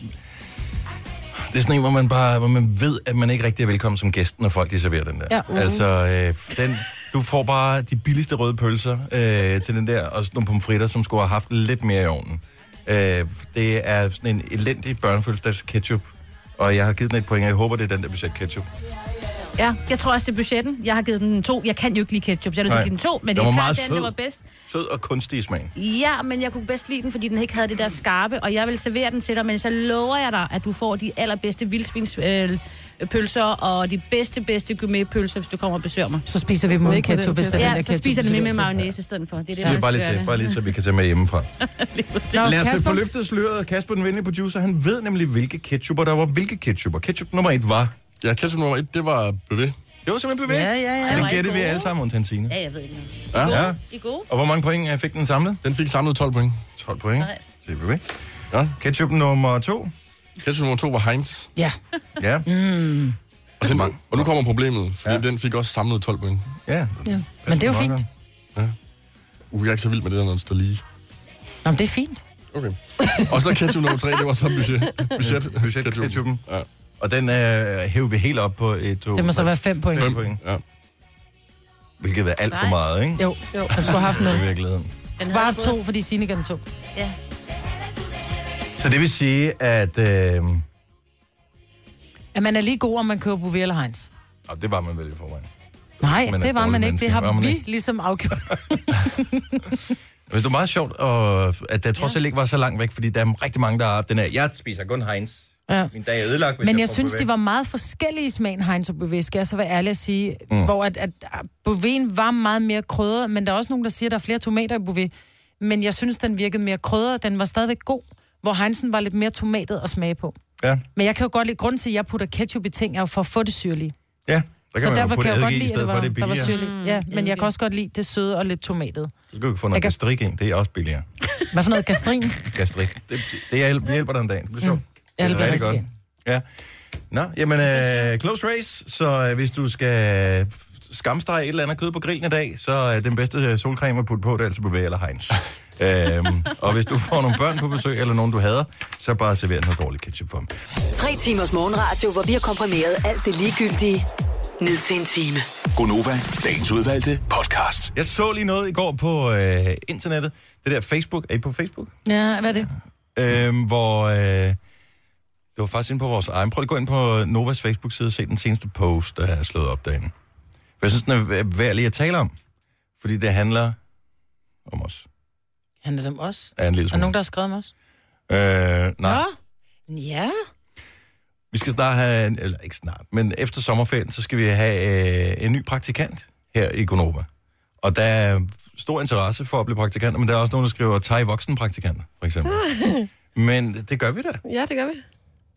Det er sådan en, hvor man bare hvor man ved, at man ikke rigtig er velkommen som gæst, når folk de serverer den der. Ja. Uh-huh. Altså, øh, den, du får bare de billigste røde pølser øh, til den der, og sådan nogle pomfritter, som skulle have haft lidt mere i ovnen. Øh, det er sådan en elendig børnefødselsdags ketchup, og jeg har givet den et point, og jeg håber, det er den der budget ketchup. Ja, jeg tror også, det er budgetten. Jeg har givet den to. Jeg kan jo ikke lide ketchup, så jeg har Nej. givet den to. Men Den det er var klart, meget den, sød. der var bedst. Sød og kunstig i smagen. Ja, men jeg kunne bedst lide den, fordi den ikke havde det der skarpe. Og jeg vil servere den til dig, men så lover jeg dig, at du får de allerbedste vildsvinspølser øh, pølser og de bedste, bedste gourmetpølser, hvis du kommer og besøger mig. Så spiser vi dem uden Ikke med ketchup, den hvis der er den Ja, der så ketchup. spiser den med, med serveret til. mayonnaise i stedet for. Det er det, Det der er bare skal lige gøre til, det. bare lige så vi kan tage med hjemmefra. Nå, Lad os Kasper? få løftet sløret. Kasper, den venlige producer, han ved nemlig, hvilke ketchuper der var hvilke ketchuper. Ketchup nummer et var... Ja, ketchup nummer et, det var bevæ. Det var simpelthen bevæget. Ja, ja, ja. Det var I gættede vi gode? alle sammen undtagen Signe. Ja, jeg ved ikke noget. Ja. Ja. I er gode? Og hvor mange point øh, fik den samlet? Den fik samlet tolv point. tolv point. Sejt. C B B. Ja. Ketchup nummer to. Ketchup nummer to var Heinz. Ja. Ja. Mm. Og, den, og nu kommer problemet, fordi Ja. ja. den fik også samlet tolv point. Ja. Ja. Men det er jo fint. Uh, jeg er ikke så vild med det der, når den står lige. Nå, men det er fint. Okay. Og så ketchup nummer tre, det var så budget. Budget, Budget ketchupen. Ja. Og den øh, hæver vi helt op på et... To, Det må så være fem point. fem point. Ja. Hvilket er alt for Nej. meget, ikke? Jo, jo. Han skulle have haft I nul. virkeligheden. Den Bare haft to, fordi Signe gav den to. Ja. Så det vil sige, at... Øh, At man er lige god, om man køber Bouvet eller Heinz. og det var man vel i forvejen. Nej, Man er det var dårlig man ikke. menneske. Det Var har man vi ikke? ligesom afgjort. Men det var meget sjovt, og at det trods alt ikke var så langt væk, fordi der er rigtig mange, der har haft den her. Jeg spiser kun Heinz. Ja. Min dag er ødelagt, hvis Men jeg, jeg får synes, Bouvet. de var meget forskellige i smagen, Heinz og Bouvet, skal jeg så være ærlig at sige. Mm. Hvor at, at Bouvet var meget mere krydret, men der er også nogen, der siger, at der er flere tomater i Bouvet. Men jeg synes, den virkede mere krydret. Den var stadigvæk god, hvor Heinzen var lidt mere tomatet at smage på. Ja, Men jeg kan jo godt lide, grunden til, at jeg putter ketchup i ting, er jo for at få det syrlige. ja. Der Så man jo derfor putte kan jeg jo godt eddike i lide, at stedet det for, var, det er der var billigere. syrligt. Ja, men jeg kan også godt lide det søde og lidt tomatet. Så kan du få noget Jeg kan- gastrik i. Det er også billigere. Hvad for noget gastrin? Gastrik. Det, det hjælper, hjælper dig en dag. Det bliver sjovt. Ja, det bliver rigtig rigtig Ja. Nå, jamen, øh, close race. Så øh, hvis du skal skamstege et eller andet kød på grillen i dag, så er den bedste solcreme at putte på, det er altså Bouvet eller Heinz. øhm, og hvis du får nogle børn på besøg, eller nogen du hader, så bare server noget dårlig ketchup for dem. Tre timers morgenradio, hvor vi har komprimeret alt det ligegyldige ned til en time. Gonova, dagens udvalgte podcast. Jeg så lige noget i går på øh, internettet. Det der Facebook. Er I på Facebook? Ja, hvad er det? Øhm, hvor... Øh, det var faktisk inde på vores egen. Prøv lige at gå ind på Novas Facebook-side og se den seneste post, der er slået op derinde. For jeg synes, den er værd lige at tale om. Fordi det handler om os. Handler det om os? Er en lille Er der smule. nogen, der har skrevet om os? Øh, nej. Nå? Ja. Vi skal snart have, en, eller ikke snart, men efter sommerferien, så skal vi have øh, en ny praktikant her i Gonova. Og der er stor interesse for at blive praktikanter, men der er også nogen, der skriver, tag voksenpraktikanter, for eksempel. Men det gør vi da. Ja, det gør vi.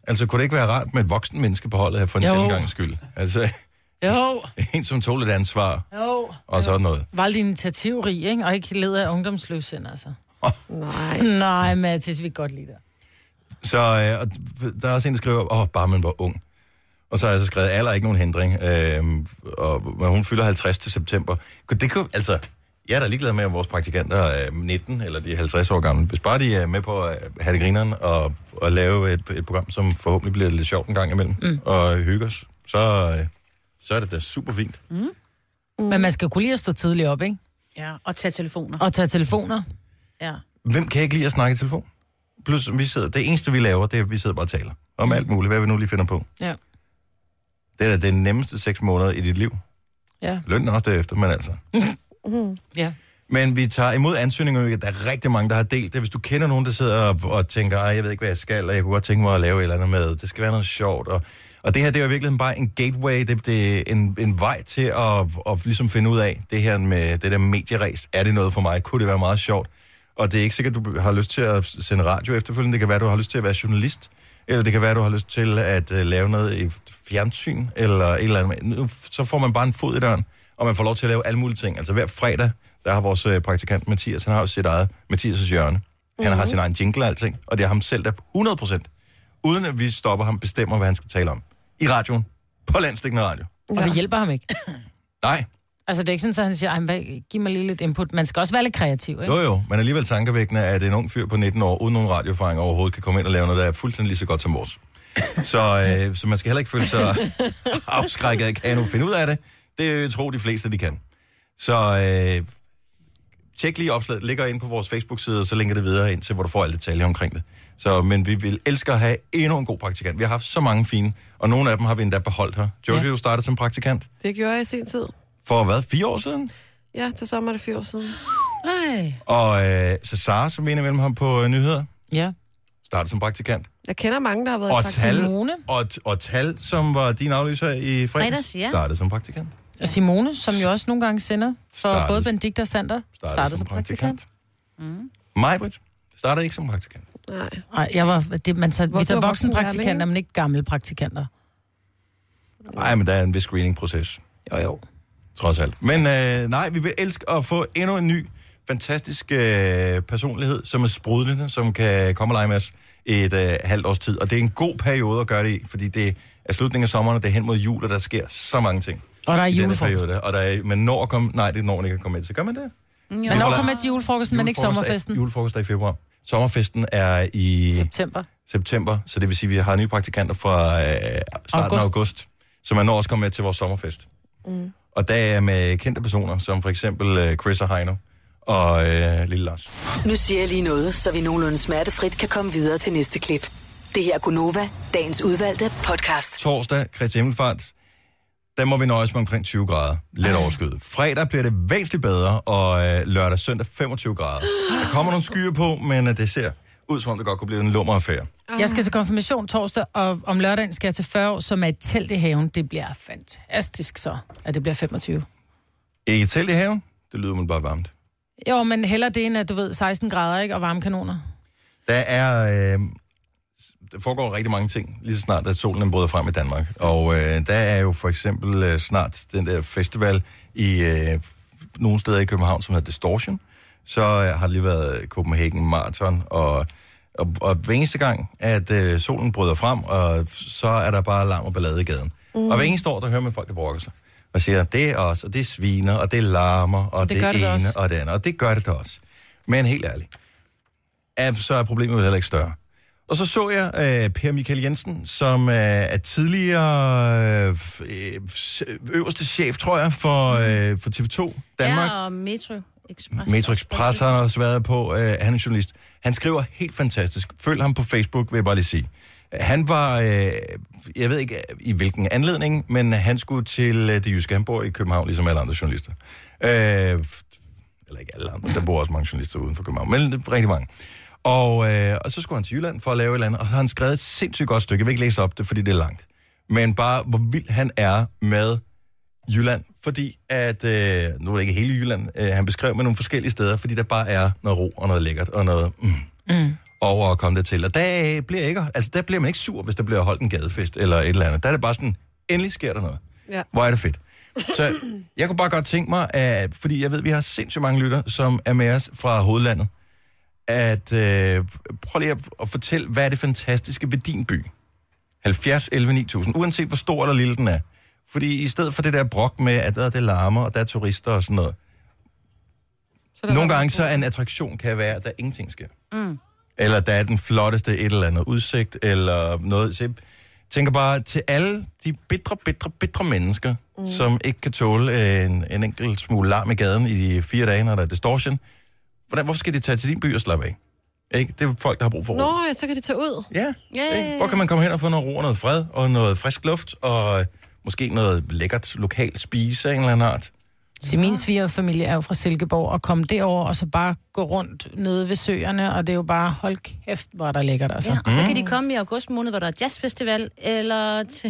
Altså, kunne det ikke være rart med et voksen menneske på holdet her for en Jo. sjældent skyld? Altså, Jo. en, som tog lidt ansvar, Jo. og sådan noget. Var lidt initiativrig, ikke? Og ikke led af ungdomsløsend, altså. Nej. Nej, Mathis, vi kan godt lide det. Så øh, og der er også en, der skriver, åh, oh, bare man var ung. Og så har jeg så skrevet, alder er ikke nogen hindring. Øh, og men hun fylder halvtreds til september. Det kunne, altså, jeg er da ligeglad med, om vores praktikanter er nitten eller de er halvtreds år gamle. Hvis bare de er med på at have det grineren og, og lave et, et program, som forhåbentlig bliver lidt sjovt en gang imellem, mm. og hygge os, så, øh, så er det da super fint. Mm. Mm. Men man skal kunne lide at stå tidligt op, ikke? Ja, og tage telefoner. Og tage telefoner. Ja. Hvem kan ikke lide at snakke i telefon? Plus, vi sidder, det eneste, vi laver, det er, at vi sidder bare og taler. Om alt muligt, hvad vi nu lige finder på. Ja. Det er da den nemmeste seks måneder i dit liv. Ja. Lønnen også derefter, men altså. Mm. Ja. Men vi tager imod ansøgninger, der er rigtig mange, der har delt det. Hvis du kender nogen, der sidder og, og tænker, jeg ved ikke, hvad jeg skal, og jeg kunne godt tænke mig at lave et eller andet med. Det skal være noget sjovt. Og, og det her, det er jo virkelig bare en gateway. Det, det er en, en vej til at, at ligesom finde ud af det her med det der medieræs. Er det noget for mig? Kunne det være meget sjovt? Og det er ikke sikkert, at du har lyst til at sende radio efterfølgende. Det kan være, at du har lyst til at være journalist. Eller det kan være, at du har lyst til at uh, lave noget i fjernsyn, eller et eller andet. Så får man bare en fod i døren, og man får lov til at lave alle mulige ting. Altså hver fredag, der har vores uh, praktikant Mathias, han har jo sit eget Mathias' hjørne. Han mm-hmm. har sin egen jingle og alting, og det er ham selv, der hundrede procent, uden at vi stopper ham, bestemmer, hvad han skal tale om. I radioen. På landsdækkende radio. Og vi hjælper ham ikke. Nej. Altså, det er ikke sådan, at han siger, hvad, giv mig lige lidt input. Man skal også være lidt kreativ, ikke? Jo, jo, men alligevel tankevækkende, at en ung fyr på nitten år, uden nogen radioerfaring overhovedet, kan komme ind og lave noget, der er fuldstændig lige så godt som vores. Så, øh, så man skal heller ikke føle sig afskrækket af, kan jeg nu finde ud af det? Det tror de fleste, de kan. Så øh, tjek lige opslaget, ligger ind på vores Facebook-side, og så linker det videre ind til, hvor du får alle detaljer omkring det. Så, men vi vil elske at have endnu en god praktikant. Vi har haft så mange fine, og nogle af dem har vi endda beholdt her. Jojo ja. startede som praktikant. Det gjorde jeg i sin tid. For hvad? Fire år siden? Ja, til sommer er det fire år siden. Ej. Og øh, så Sara, som vi er mellem ham på øh, nyheder, ja. startede som praktikant. Jeg kender mange, der har været og praktikant. Tal, og, og Tal, som var din aflyser i fredags, fredags ja. startede som praktikant. Og Simone, som jo også nogle gange sender for startede, både Benedikte og Sander, startede, startede som, som praktikant. praktikant. Mm. Majbrit startede ikke som praktikant. Nej. Nej, jeg var, det, man tager, vi tager voksen praktikanter, voksen men ikke gamle praktikanter. Nej, men der er en vis screening-proces. Jo, jo. Trods alt. Men øh, nej, vi vil elske at få endnu en ny, fantastisk øh, personlighed, som er sprudlende, som kan komme og lege med os et øh, halvt års tid. Og det er en god periode at gøre det i, fordi det er slutningen af sommeren, og det er hen mod jul, og der sker så mange ting. Og der er julefrokost. Periode, og der er, men når at komme... Nej, det er når ikke at komme med til. Gør man det? Mm, men når kommer med til julefrokosten, men ikke sommerfesten? Er, julefrokost er i februar. Sommerfesten er i... September. September, så det vil sige, at vi har nye praktikanter fra øh, starten august. af august, som er når også kommer med til vores sommerfest. Mm. Og der er med kendte personer, som for eksempel øh, Chris og Heino og øh, Lille Lars. Nu siger jeg lige noget, så vi nogenlunde smertefrit kan komme videre til næste klip. Det her er Gunova, dagens udvalgte podcast. Torsdag, Kristi Himmelfart, der må vi nøjes med omkring tyve grader. Lidt overskyet. Fredag bliver det væsentligt bedre, og øh, lørdag søndag femogtyve grader. Der kommer nogle skyer på, men øh, det ser ud som om det godt kunne blive en lummer affære. Jeg skal til konfirmation torsdag, og om lørdagen skal jeg til fyrre år, som er et telt i haven. Det bliver fantastisk så, at det bliver femogtyve. Ikke et telt i haven? Det lyder man bare varmt. Jo, men heller det end, at du ved, seksten grader, ikke? Og varmekanoner. Der er... Øh, der foregår rigtig mange ting, lige så snart, at solen bryder frem i Danmark. Og øh, der er jo for eksempel øh, snart den der festival i øh, nogle steder i København, som hedder Distortion. Så øh, har det lige været Copenhagen Marathon, og, og, og hver eneste gang, at øh, solen bryder frem, og så er der bare larm og ballade i gaden. Mm. Og hver eneste år, der hører man folk, der brokker sig. Og siger, det er os, og det er sviner, og det er larmer, og det, det, det ene, det og det andet. Og det gør det da også. Men helt ærligt, at, så er problemet jo heller ikke større. Og så så jeg øh, Per Michael Jensen, som øh, er tidligere øh, øverste chef, tror jeg, for, øh, for T V to Danmark. Ja, og Metro Express. Metro Express har han også været på. Øh, han er journalist. Han skriver helt fantastisk. Følg ham på Facebook, vil jeg bare lige sige. Han var, øh, jeg ved ikke i hvilken anledning, men han skulle til øh, det jyske. Han bor i København, ligesom alle andre journalister. Øh, eller ikke alle andre, der bor også mange journalister uden for København, men rigtig mange. Og, øh, og så skulle han til Jylland for at lave et eller andet, og han skrevet et sindssygt godt stykke. Jeg vil ikke læse op det, fordi det er langt. Men bare, hvor vild han er med Jylland. Fordi at, øh, nu er det ikke hele Jylland, øh, han beskrev med nogle forskellige steder, fordi der bare er noget ro og noget lækkert og noget... Mm. Mm. over at komme dertil. Og der bliver, ikke, altså, der bliver man ikke sur, hvis der bliver holdt en gadefest eller et eller andet. Der er det bare sådan, endelig sker der noget. Ja. Hvor er det fedt. Så jeg kunne bare godt tænke mig, at, fordi jeg ved, vi har sindssygt mange lytter, som er med os fra hovedlandet, at øh, prøv lige at, at fortælle, hvad er det fantastiske ved din by? halvfjerds elleve ni tusind, uanset hvor stor eller lille den er. Fordi i stedet for det der brok med, at der er det larmer, og der er turister og sådan noget, så nogle gange så er en attraktion kan være, at der ingenting sker. Mm. Eller der er den flotteste et eller andet udsigt, eller noget. Så jeg tænker bare til alle de bitre, bitre, bitre mennesker, mm. som ikke kan tåle en, en enkelt smule larm i gaden i de fire dage, når der er distortion. Hvordan, hvorfor skal de tage til din by og slappe af? Ikke? Det er folk, der har brug for ro. Nå, ja, så kan de tage ud. Ja, ja, ja, ja. Hvor kan man komme hen og få noget ro og noget fred, og noget frisk luft, og måske noget lækkert lokalt spise af en eller anden art? Så min svigerfamilie er jo fra Silkeborg, og komme derover og så bare gå rundt nede ved søerne, og det er jo bare, hold kæft, hvor der lækkert, altså. Ja, og så kan de komme i august måned, hvor der er jazzfestival, eller til...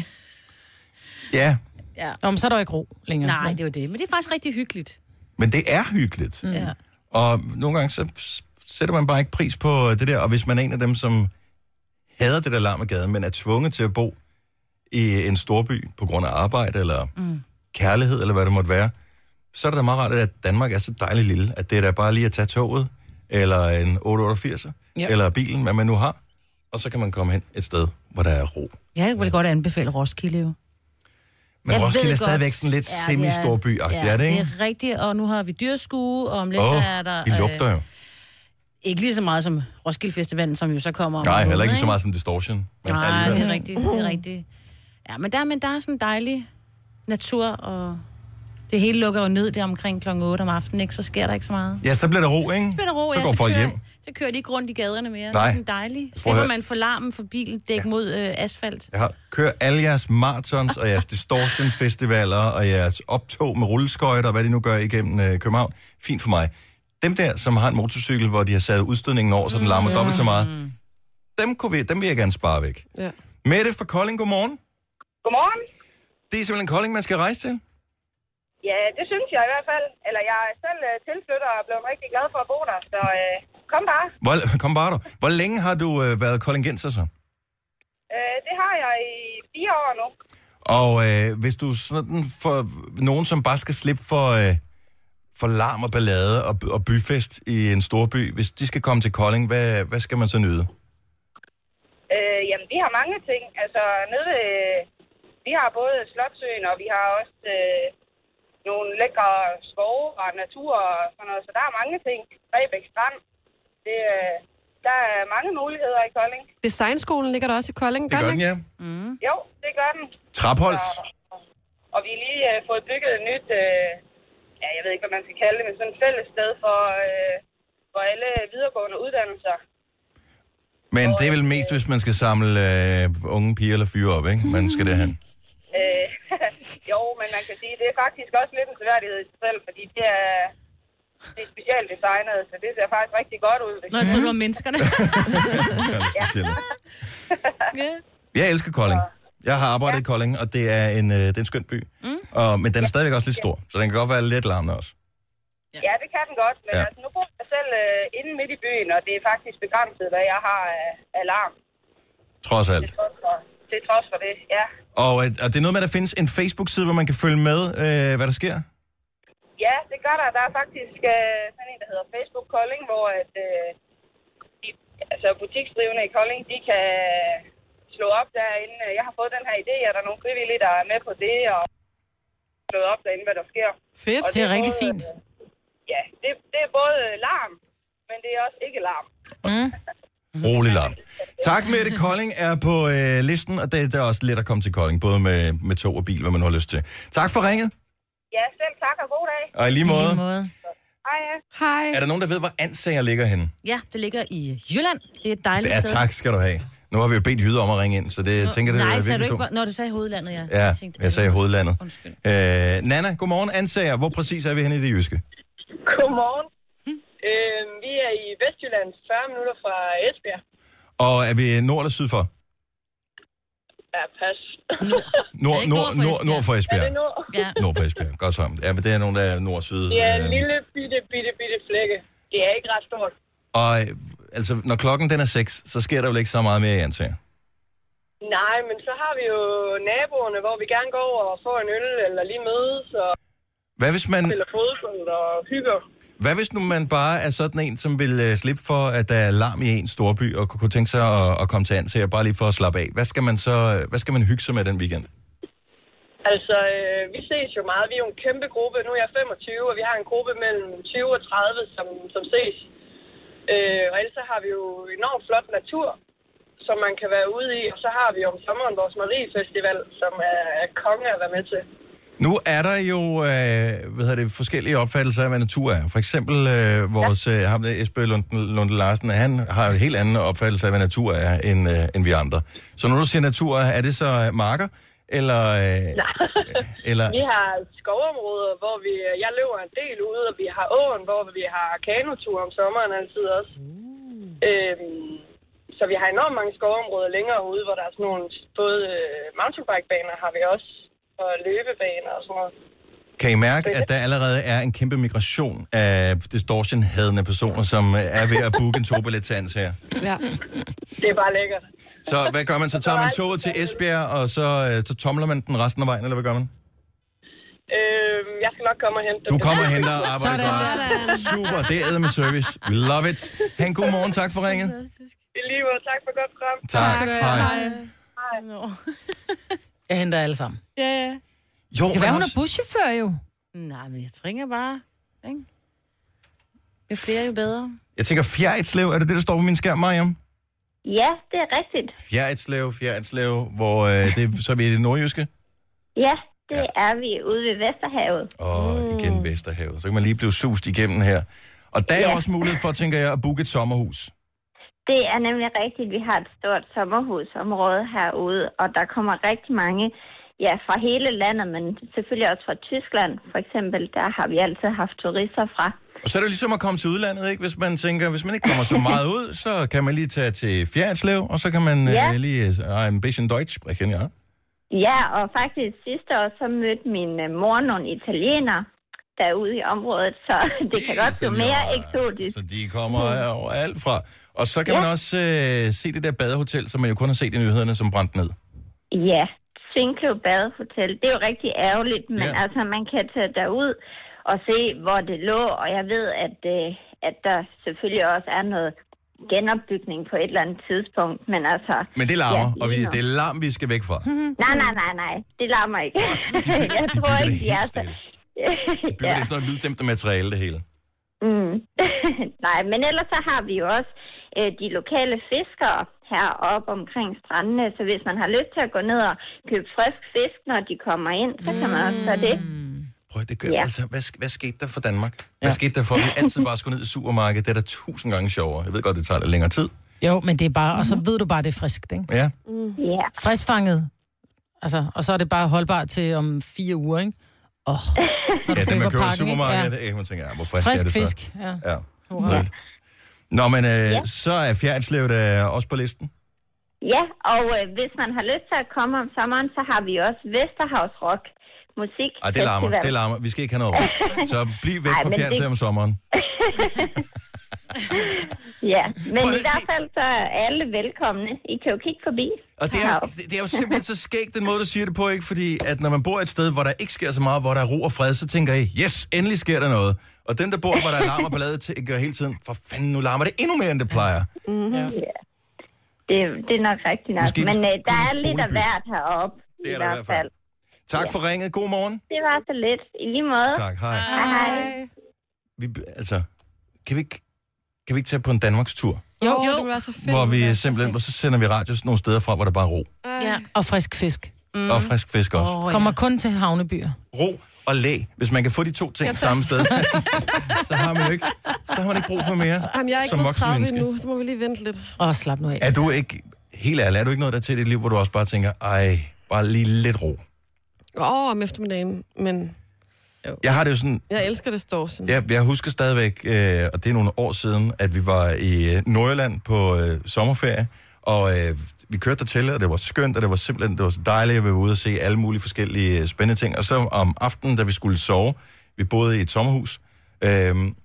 Ja. ja. Nå, men så er der jo ikke ro længere. Nej, det er jo det, men det er faktisk rigtig hyggeligt. Men det er hyggeligt. Mm. Ja. Og nogle gange, så sætter man bare ikke pris på det der, og hvis man er en af dem, som hader det der larm af gaden, men er tvunget til at bo i en storby på grund af arbejde, eller mm. kærlighed, eller hvad det måtte være, så er det da meget rart, at Danmark er så dejligt lille, at det er da bare lige at tage toget, eller en otte otteogfirs, ja. Eller bilen, hvad man nu har, og så kan man komme hen et sted, hvor der er ro. Jeg vil godt anbefale Roskilde jo. Men jeg Roskilde er stadigvæk sådan lidt ja, semi-storby-agtigt, ja, er det ikke? det er rigtigt, og nu har vi dyrskue, og om lidt oh, er der... de lugter jo. Øh, ikke lige så meget som Roskilde Festivalen, som jo så kommer... Nej, heller ikke ikke så meget som Distortion. Men nej, alligevel. Det er rigtigt, det er rigtigt. Ja, men der, men der er sådan dejlig natur, og det hele lukker jo ned der omkring klokken otte om aftenen, ikke? Så sker der ikke så meget. Ja, så bliver der ro, ikke? Så bliver der ro, så ja. går Så folk kører, hjem. Så kører de ikke rundt i gaderne mere. Nej. Det er sådan dejligt. Slipper man for larmen for bildæk ja. mod øh, asfalt. Jeg har kørt alle jeres marathons og jeres distortion-festivaler og jeres optog med rulleskøjter og hvad de nu gør igennem øh, København. Fint for mig. Dem der, som har en motorcykel, hvor de har sat udstødningen over, så den larmer mm. dobbelt så meget, dem, kunne vi, dem vil jeg gerne spare væk. Ja. Mette fra Kolding, godmorgen. Godmorgen. Det er simpelthen Kolding, man skal rejse til? Ja, det synes jeg i hvert fald. Eller jeg er selv uh, tilflytter og blev rigtig glad for at bo der, så uh, kom bare. Hvor, kom bare du. Hvor længe har du uh, været koldingenser så? Uh, det har jeg i fire år nu. Og uh, hvis du sådan for nogen, som bare skal slippe for, uh, for larm og ballade og, og byfest i en storby, hvis de skal komme til Kolding, hvad, hvad skal man så nyde? Uh, jamen, vi har mange ting. Altså, nede ved, vi har både Slotsøen, og vi har også... Uh, nogle lækre skove og natur og sådan noget, så der er mange ting. Rebæk Strand, det, der er mange muligheder i Kolding. Designskolen ligger der også i Kolding, det gør den, ja. Mm. Jo, det gør den. Trapholz. Og, og vi har lige uh, fået bygget et nyt, uh, ja, jeg ved ikke, hvad man skal kalde det, men sådan et fælles sted for, uh, for alle videregående uddannelser. Men det er vel mest, hvis man skal samle uh, unge piger eller fyre op, ikke? Man skal det hen. Øh, jo, men man kan sige, det er faktisk også lidt en sværdighed i sig selv, fordi det er, det er specielt designet, så det ser faktisk rigtig godt ud. Nå, jeg tror, du var menneskerne. ja. Jeg elsker Kolding. Jeg har arbejdet ja. i Kolding, og det er en, øh, det er en skøn by. Mm. Og, men den er stadigvæk også lidt stor, så den kan godt være lidt larmende også. Ja, ja det kan den godt, men ja. altså, nu bor jeg selv øh, inde midt i byen, og det er faktisk begrænset, hvad jeg har af øh, alarm. Trods alt. Det er trods for det, ja. Og, og det er noget med, at der findes en Facebook-side, hvor man kan følge med, øh, hvad der sker? Ja, det gør der. Der er faktisk øh, sådan en, der hedder Facebook Kolding, hvor at, øh, de, altså butiksdrivende i Kolding, de kan slå op derinde. Jeg har fået den her idé, at der er nogle frivillige, der er med på det, og slå op derinde, hvad der sker. Fedt, og det er, er rigtig både, fint. Øh, ja, det, det er både larm, men det er også ikke larm. Mm. Rolig larm. Tak, Mette. Kolding er på øh, listen, og det, det er også let at komme til Kolding, både med, med tog og bil, hvad man har lyst til. Tak for ringet. Ja, selv tak, og god dag. Og i lige måde. I lige måde. Hej, ja. Hej. Er der nogen, der ved, hvor Ansager ligger henne? Ja, det ligger i Jylland. Det er et dejligt Ja, sted. tak skal du have. Nu har vi jo bedt Jyder om at ringe ind, så det Nå, tænker det nej, er sagde du virkelig ikke, når du sagde hovedlandet, ja. Ja, jeg, tænkte, jeg sagde hovedlandet. Undskyld. Øh, Nana, godmorgen. Ansager, hvor præcis er vi henne i det jyske? Godmorgen. Hmm. Øh, vi er i Vestjylland, fyrre minutter fra Esbjerg. Og er vi nord eller syd for? Ja, pas. Nord, nord, nord, nord, nord for Esbjerg. Er det nord? Ja. Nord for Esbjerg, godt sammen. Ja, men det er nogen, der er nord-syd. Det er en lille, bitte, bitte, bitte flække. Det er ikke ret stort. Og altså, når klokken den er seks, så sker der jo ikke så meget mere i Ansager. Nej, men så har vi jo naboerne, hvor vi gerne går over og får en øl, eller lige mødes og Hvad hvis man... spiller fodbold og hygger. Hvad hvis nu man bare er sådan en, som vil uh, slippe for, at der er larm i en storby, og kunne tænke sig at, at komme til Ansager, bare lige for at slappe af? Hvad skal man så hvad skal man hygge sig med den weekend? Altså, øh, vi ses jo meget. Vi er jo en kæmpe gruppe. Nu er jeg femogtyve, og vi har en gruppe mellem tyve og tredive, som, som ses. Øh, og ellers så har vi jo enormt flot natur, som man kan være ude i. Og så har vi om sommeren vores Marie Festival, som er, er konge at være med til. Nu er der jo øh, hvad hedder det, forskellige opfattelser af, hvad natur er. For eksempel øh, vores ja. øh, ham der Esbe Lunde, Lunde Larsen, han har en helt anden opfattelse af, hvad natur er, end, øh, end vi andre. Så når du siger natur, er det så marker? Eller, øh, eller... Vi har skovområder, hvor vi, jeg løber en del ude, og vi har åen, hvor vi har kanotur om sommeren altid også. Mm. Øhm, så vi har enormt mange skovområder længere ude, hvor der er sådan nogle, både mountainbikebaner har vi også, og løbebaner og sådan noget. Kan I mærke, at der allerede er en kæmpe migration af distortion-hadende personer, som er ved at booke en togbillet til Ansager? Ja. Det er bare lækkert. Så hvad gør man? Så tager man toget til Esbjerg, og så, så tomler man den resten af vejen, eller hvad gør man? Øhm, jeg skal nok komme og hente dem. Du kommer og henter og arbejder så. Super, det er med service. We love it. Ha' en god morgen. Tak for ringet. I lige måde. Tak for godt program. Tak. Hej. Hej. Jeg henter alle sammen. Ja, ja. Jo, det kan være, hun er buschauffør jo. Nej, men jeg trænger bare, ikke? Jo flere, jo bedre. Jeg tænker, Fjerritslev, er det det, der står på min skærm, Mariam? Ja, det er rigtigt. Fjerritslev, Fjerritslev, hvor øh, det, så er vi i det nordjyske? Ja, det ja. er vi ude ved Vesterhavet. Og mm. igen Vesterhavet. Så kan man lige blive sust igennem her. Og der er ja. også mulighed for, tænker jeg, at booke et sommerhus. Det er nemlig rigtigt. Vi har et stort sommerhusområde herude, og der kommer rigtig mange, ja, fra hele landet, men selvfølgelig også fra Tyskland, for eksempel. Der har vi altid haft turister fra. Og så er det ligesom at komme til udlandet, ikke? Hvis man tænker, hvis man ikke kommer så meget ud, så kan man lige tage til Fjerritslev, og så kan man ja. øh, lige uh, ein bisschen Deutsch sprechen, ja? Ja, og faktisk sidste år, så mødte min mor nogle italienere derude i området, så det kan godt blive mere eksotisk. Så de kommer overalt fra. Og så kan ja. man også øh, se det der badehotel, som man jo kun har set i nyhederne, som brændte ned. Ja, Svinkløv Badehotel. Det er jo rigtig ærgerligt, men ja. altså man kan tage derud og se, hvor det lå, og jeg ved, at, øh, at der selvfølgelig også er noget genopbygning på et eller andet tidspunkt, men altså... Men det larmer, ja, og vi, det er larm, vi skal væk fra. nej, nej, nej, nej, det larmer ikke. jeg de tror ikke, de er så... De bygger ja. det sådan noget lyddæmpende materiale, det hele. Mm. nej, men ellers så har vi jo også øh, de lokale fiskere heroppe omkring strandene, så hvis man har lyst til at gå ned og købe frisk fisk, når de kommer ind, så kan man også gøre det. Prøv, det gør, ja. altså, hvad, hvad skete der for Danmark? Hvad ja. skete der for, at vi altid bare skulle ned i supermarkedet? Det er da tusind gange sjovere. Jeg ved godt, det tager lidt længere tid. Jo, men det er bare, og så ved du bare, det er friskt, ikke? Ja. Mm. Yeah. Friskfanget. Altså, og så er det bare holdbart til om fire uger, ikke? Åh, oh, ja, det man køber i supermarkedet, ja. man tænker, ja, hvor frisk, frisk er det så? fisk, ja. ja. ja. Nå, men øh, ja. så er Fjerritslev der også på listen? Ja, og øh, hvis man har lyst til at komme om sommeren, så har vi også Vesterhavs Rock musik. Ej, det larmer, det larmer. Vi skal ikke have noget rock. Så bliv væk Ej, fra Fjerritslev det... om sommeren. ja, men Prøv, i hvert fald så er alle velkomne. I kan jo kigge forbi. Og det er, det er jo simpelthen så skægt, den måde, du siger det på, ikke? Fordi at når man bor et sted, hvor der ikke sker så meget, hvor der er ro og fred, så tænker I, yes, endelig sker der noget. Og dem, der bor, hvor der er larm og ballade, tænker hele tiden, for fanden, nu larmer det endnu mere, end det plejer. Mm-hmm. Ja. Det, det er nok rigtigt nok. Måske men øh, der er lidt af hvert heroppe. Det er der i hvert fald. Tak for ringet. God morgen. Det var så lidt. I lige måde. Tak. Hej. Hej. Hej. Vi, altså, kan vi ikke, kan vi ikke tage på en Danmarks tur? Jo, jo, det var så fedt. Hvor vi simpelthen, hvor så sender vi radios nogle steder fra, hvor der bare er ro. Ja. Og frisk fisk. Mm. Og frisk fisk også. Oh, ja. Kommer kun til havnebyer. Ro og læ. Hvis man kan få de to ting ja, samme sted, så har man jo ikke, så har man ikke brug for mere. Jamen, jeg er ikke på tredive endnu, så må vi lige vente lidt. Og slap nu af. Er du ikke, helt ærlig, er du ikke noget der til i dit liv, hvor du også bare tænker, ej, bare lige lidt ro? Åh, oh, om eftermiddagen, men... Jo. Jeg har det jo sådan... Jeg elsker det Storsen. Ja, jeg husker stadigvæk, øh, og det er nogle år siden, at vi var i Nordjylland på øh, sommerferie, og øh, vi kørte dertil, og det var skønt, og det var simpelthen det var så dejligt, at vi var ude og se alle mulige forskellige øh, spændende ting. Og så om aftenen, da vi skulle sove, vi boede i et sommerhus, øh,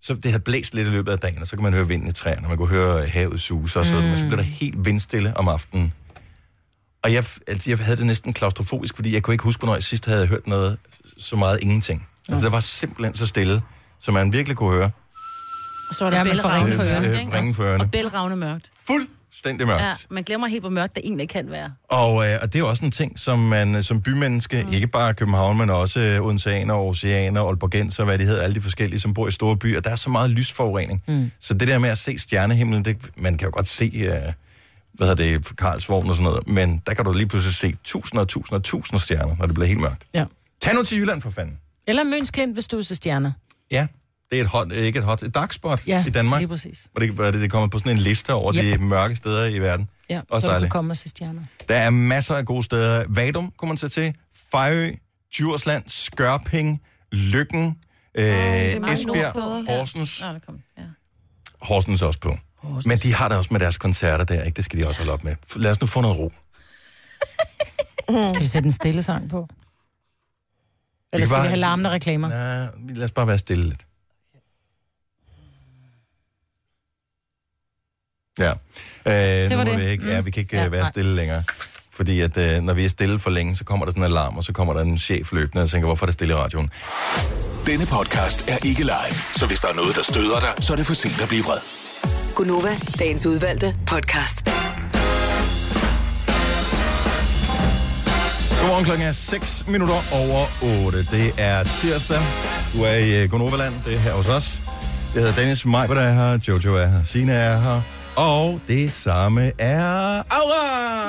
så det havde blæst lidt i løbet af dagen, og så kan man høre vinden i træerne, man kunne høre havet suse og sådan, mm. men så blev der helt vindstille om aftenen. Og jeg, altså, jeg havde det næsten klaustrofobisk, fordi jeg kunne ikke huske, hvornår jeg sidst havde hørt noget så meget ingenting. Mm. Altså, der var simpelthen så stille, så man virkelig kunne høre. Og så var der ja, bælragende for ørerne, ikke? For ørerne. Og bælragende mørkt. Fuldstændig mørkt. Ja, man glemmer helt, hvor mørkt det egentlig kan være. Og, øh, og det er også en ting, som man som bymenneske, mm. ikke bare København, men også øh, odenseaner, oceaner, aalborgenser, hvad de hedder, alle de forskellige, som bor i store byer, der er så meget lysforurening. Mm. Så det der med at se stjernehimlen, det, man kan jo godt se, øh, hvad hedder det, Karlsvogn og sådan noget, men der kan du lige pludselig se tusinder og tusinder og tusinder stjerner, når det bliver helt mørkt. Ja. Tag nu til Jylland for fanden. Eller Møns Klint, hvis du ser stjerner. Ja. Det er et hot, ikke et hot, et dark spot ja, i Danmark. Ja, præcis. Og det, det, det kommer på sådan en liste over yep. de mørke steder i verden. Ja, også så dejligt. du kan komme og se stjerner. Der er masser af gode steder. Vadum kommer man til. Fejø, Djursland, Skørping, Lykken, øh, oh, Esbjerg, Horsens. Ja. Ja. Horsens også på. Horsens. Men de har det også med deres koncerter der, ikke? Det skal de også holde op med. Lad os nu få noget ro. Kan vi sætte en stille sang på? Eller skal vi have larmende reklamer? Nej, lad os bare være stille lidt. Ja, øh, det var det. Vi ikke, ja, vi kan ikke ja, være stille nej. længere. Fordi at øh, når vi er stille for længe, så kommer der sådan en alarm, og så kommer der en chef løbende og tænker, hvorfor er det stille i radioen? Denne podcast er ikke live, så hvis der er noget, der støder dig, så er det for sent at blive vred. Gunova, dagens udvalgte podcast. Godmorgen, klokken er seks minutter over otte. Det er tirsdag. Du er i uh, Gunova-land, det er her hos os. Jeg hedder Dennis, Majbert er her, Jojo er her, Signe er her, og det samme er Aura!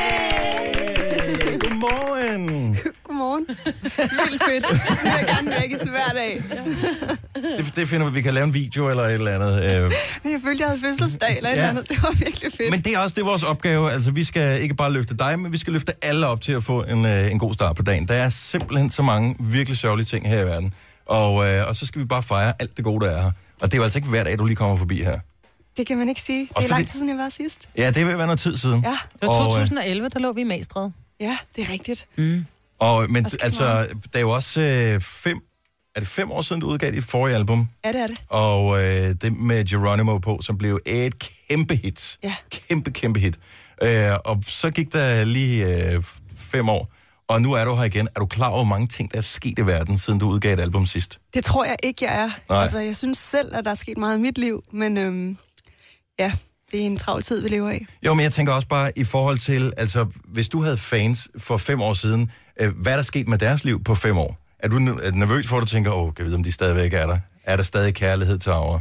Yay! Godmorgen! Godmorgen. Vildt fedt. Sådan vil jeg gerne vækkes hver dag. Det, det finder vi, vi kan lave en video eller et eller andet. Jeg følte, jeg havde fødselsdag eller et ja. eller andet. Det var virkelig fedt. Men det er også det er vores opgave. Altså, vi skal ikke bare løfte dig, men vi skal løfte alle op til at få en, en god start på dagen. Der er simpelthen så mange virkelig sørgelige ting her i verden. Og, øh, og så skal vi bare fejre alt det gode, der er her. Og det er jo altså ikke hver dag, du lige kommer forbi her. Det kan man ikke sige. Det er lang tid siden, jeg var sidst. Ja, det vil være noget tid siden. Ja. Det var to tusind og elleve, der lå vi i Magstræde. Ja, det er rigtigt. Mm. Og, men altså, der er jo også øh, fem... Er det fem år siden, du udgav dit forrige album? Ja, det er det. Og øh, det med Geronimo på, som blev et kæmpe hit. Ja. Kæmpe, kæmpe hit. Øh, og så gik der lige øh, fem år. Og nu er du her igen. Er du klar over, hvor mange ting, der er sket i verden, siden du udgav et album sidst? Det tror jeg ikke, jeg er. Nej. Altså, jeg synes selv, at der er sket meget i mit liv, men øhm, ja, det er en travl tid, vi lever af. Jo, men jeg tænker også bare i forhold til, altså, hvis du havde fans for fem år siden, øh, hvad er der sket med deres liv på fem år? Er du nervøs for, at du tænker, åh, kan jeg vide, om de stadigvæk er der? Er der stadig kærlighed til Aura?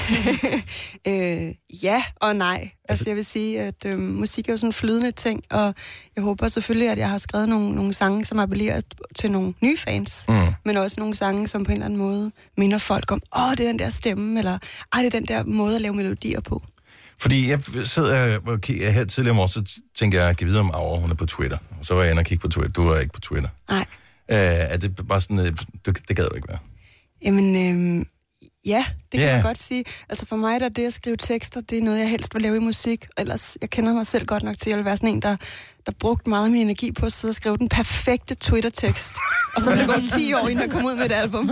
øh, ja og nej. Altså, jeg vil sige, at øh, musik er jo sådan en flydende ting, og jeg håber selvfølgelig, at jeg har skrevet nogle, nogle sange, som appellerer til nogle nye fans, mm. men også nogle sange, som på en eller anden måde minder folk om, åh, det er den der stemme, eller ej, det er den der måde at lave melodier på. Fordi jeg sidder og kigger her tidligere om året, så tænker jeg, jeg kan vide om Aura, hun er på Twitter. Og så var jeg inde og kigge på Twitter. Du er ikke på Twitter. Nej. Øh, er det bare sådan, det, det gad du ikke være? Jamen, øh, ja, det kan yeah. man godt sige. Altså for mig, der er det at skrive tekster, det er noget, jeg helst vil lave i musik. Ellers, jeg kender mig selv godt nok til, at jeg vil være sådan en, der, der brugte meget af min energi på at sidde og skrive den perfekte Twitter-tekst. Og så vil det gå ti år, inden jeg kommer ud med et album.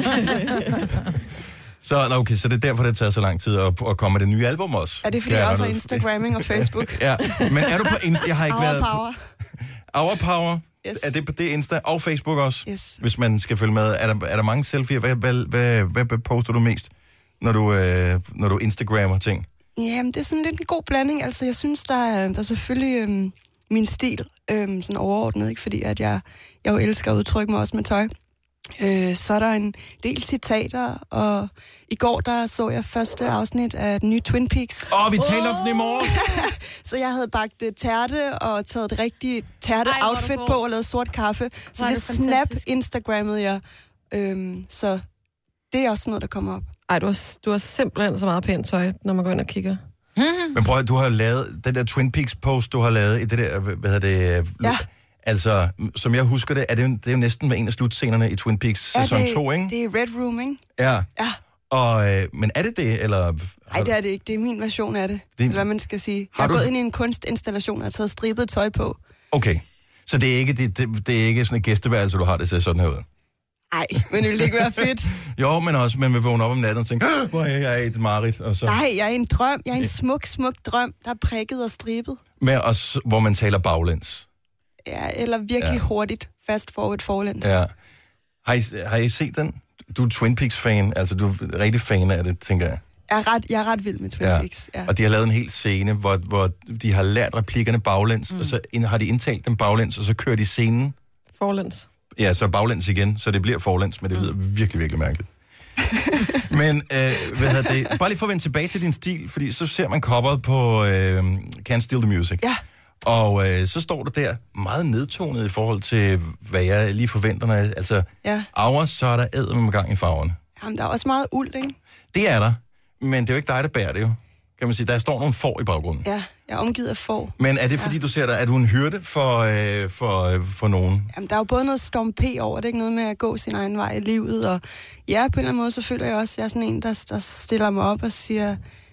Så, okay, så det er derfor, det tager så lang tid at, at komme med det nye album også? Ja, det er fordi, ja, jeg også har Instagramming og Facebook. Ja, men er du på Insta? Jeg har ikke Our været Power. På... Our Power? Yes. Er det på det Insta og Facebook også? Yes. Hvis man skal følge med. Er der, er der mange selfies? Hvad, hvad, hvad, hvad poster du mest, når du, øh, når du Instagrammer ting? Jamen, det er sådan lidt en god blanding. Altså, jeg synes, der er, der er selvfølgelig øhm, min stil øhm, sådan overordnet, ikke? Fordi at jeg, jeg jo elsker at udtrykke mig også med tøj. Øh, så er der en del citater, og i går der så jeg første afsnit af den nye Twin Peaks. Åh, oh, vi talte oh! om den i morgen! Så jeg havde bagt tærte og taget det rigtige tærte-outfit på og lavet sort kaffe. Så det, det snap-instagrammede jeg. Øhm, så det er også noget, der kommer op. Ej, du har, du har simpelthen så meget pænt tøj, når man går ind og kigger. Hmm. Men prøv at, du har lavet den der Twin Peaks-post, du har lavet i det der, hvad hedder det... Ja. Altså, som jeg husker det, er det, jo, det er jo næsten med en af slutscenerne i Twin Peaks ja, sæson det, to, ikke? det er Red Room, ikke? Ja. Ja. Og, øh, men er det det, eller... Nej, det er det ikke. Det er min version af det. Det... Hvad man skal sige. Jeg har, har du... gået ind i en kunstinstallation og taget stribet tøj på. Okay. Så det er ikke, det, det, det er ikke sådan et gæsteværelse, du har det ser sådan her ud? Ej, men det ville ikke være fedt. Jo, men også, man vil vågne op om natten og tænke, hvor er jeg i et mareridt. Og så... Nej, jeg er en drøm. Jeg er en smuk, smuk drøm, der er prikket og stribet. Med os, hvor man taler baglæns. Ja, eller virkelig ja. hurtigt. Fast forward forlæns. Ja. Har I, har I set den? Du er Twin Peaks-fan, altså du er rigtig fan af det, tænker jeg. Jeg er ret, jeg er ret vild med Twin ja. Peaks. Ja. Og de har lavet en hel scene, hvor, hvor de har lært replikkerne baglæns, mm. og så har de indtalt dem baglæns, og så kører de scenen. Forlæns. Ja, så baglæns igen, så det bliver forlæns, men det lyder mm. virkelig, virkelig mærkeligt. Men, øh, hvad hedder det? Bare lige for at vende tilbage til din stil, fordi så ser man coveret på øh, Can't Steal the Music. Ja. Og øh, så står der der meget nedtonet i forhold til, hvad jeg lige forventer, når jeg, altså, ja. Hours, så er der eddermame gang i farverne. Jamen, der er også meget uld, ikke? Det er der, men det er jo ikke dig, der bærer det jo. Kan man sige, der står nogle får i baggrunden. Ja, jeg er omgivet af får. Men er det fordi, ja. du ser dig, er du en hyrde for, øh, for, øh, for nogen? Jamen, der er jo både noget Storm P over, det er ikke noget med at gå sin egen vej i livet, og ja, på en eller anden måde, så føler jeg også, at jeg er sådan en, der, der stiller mig op og siger,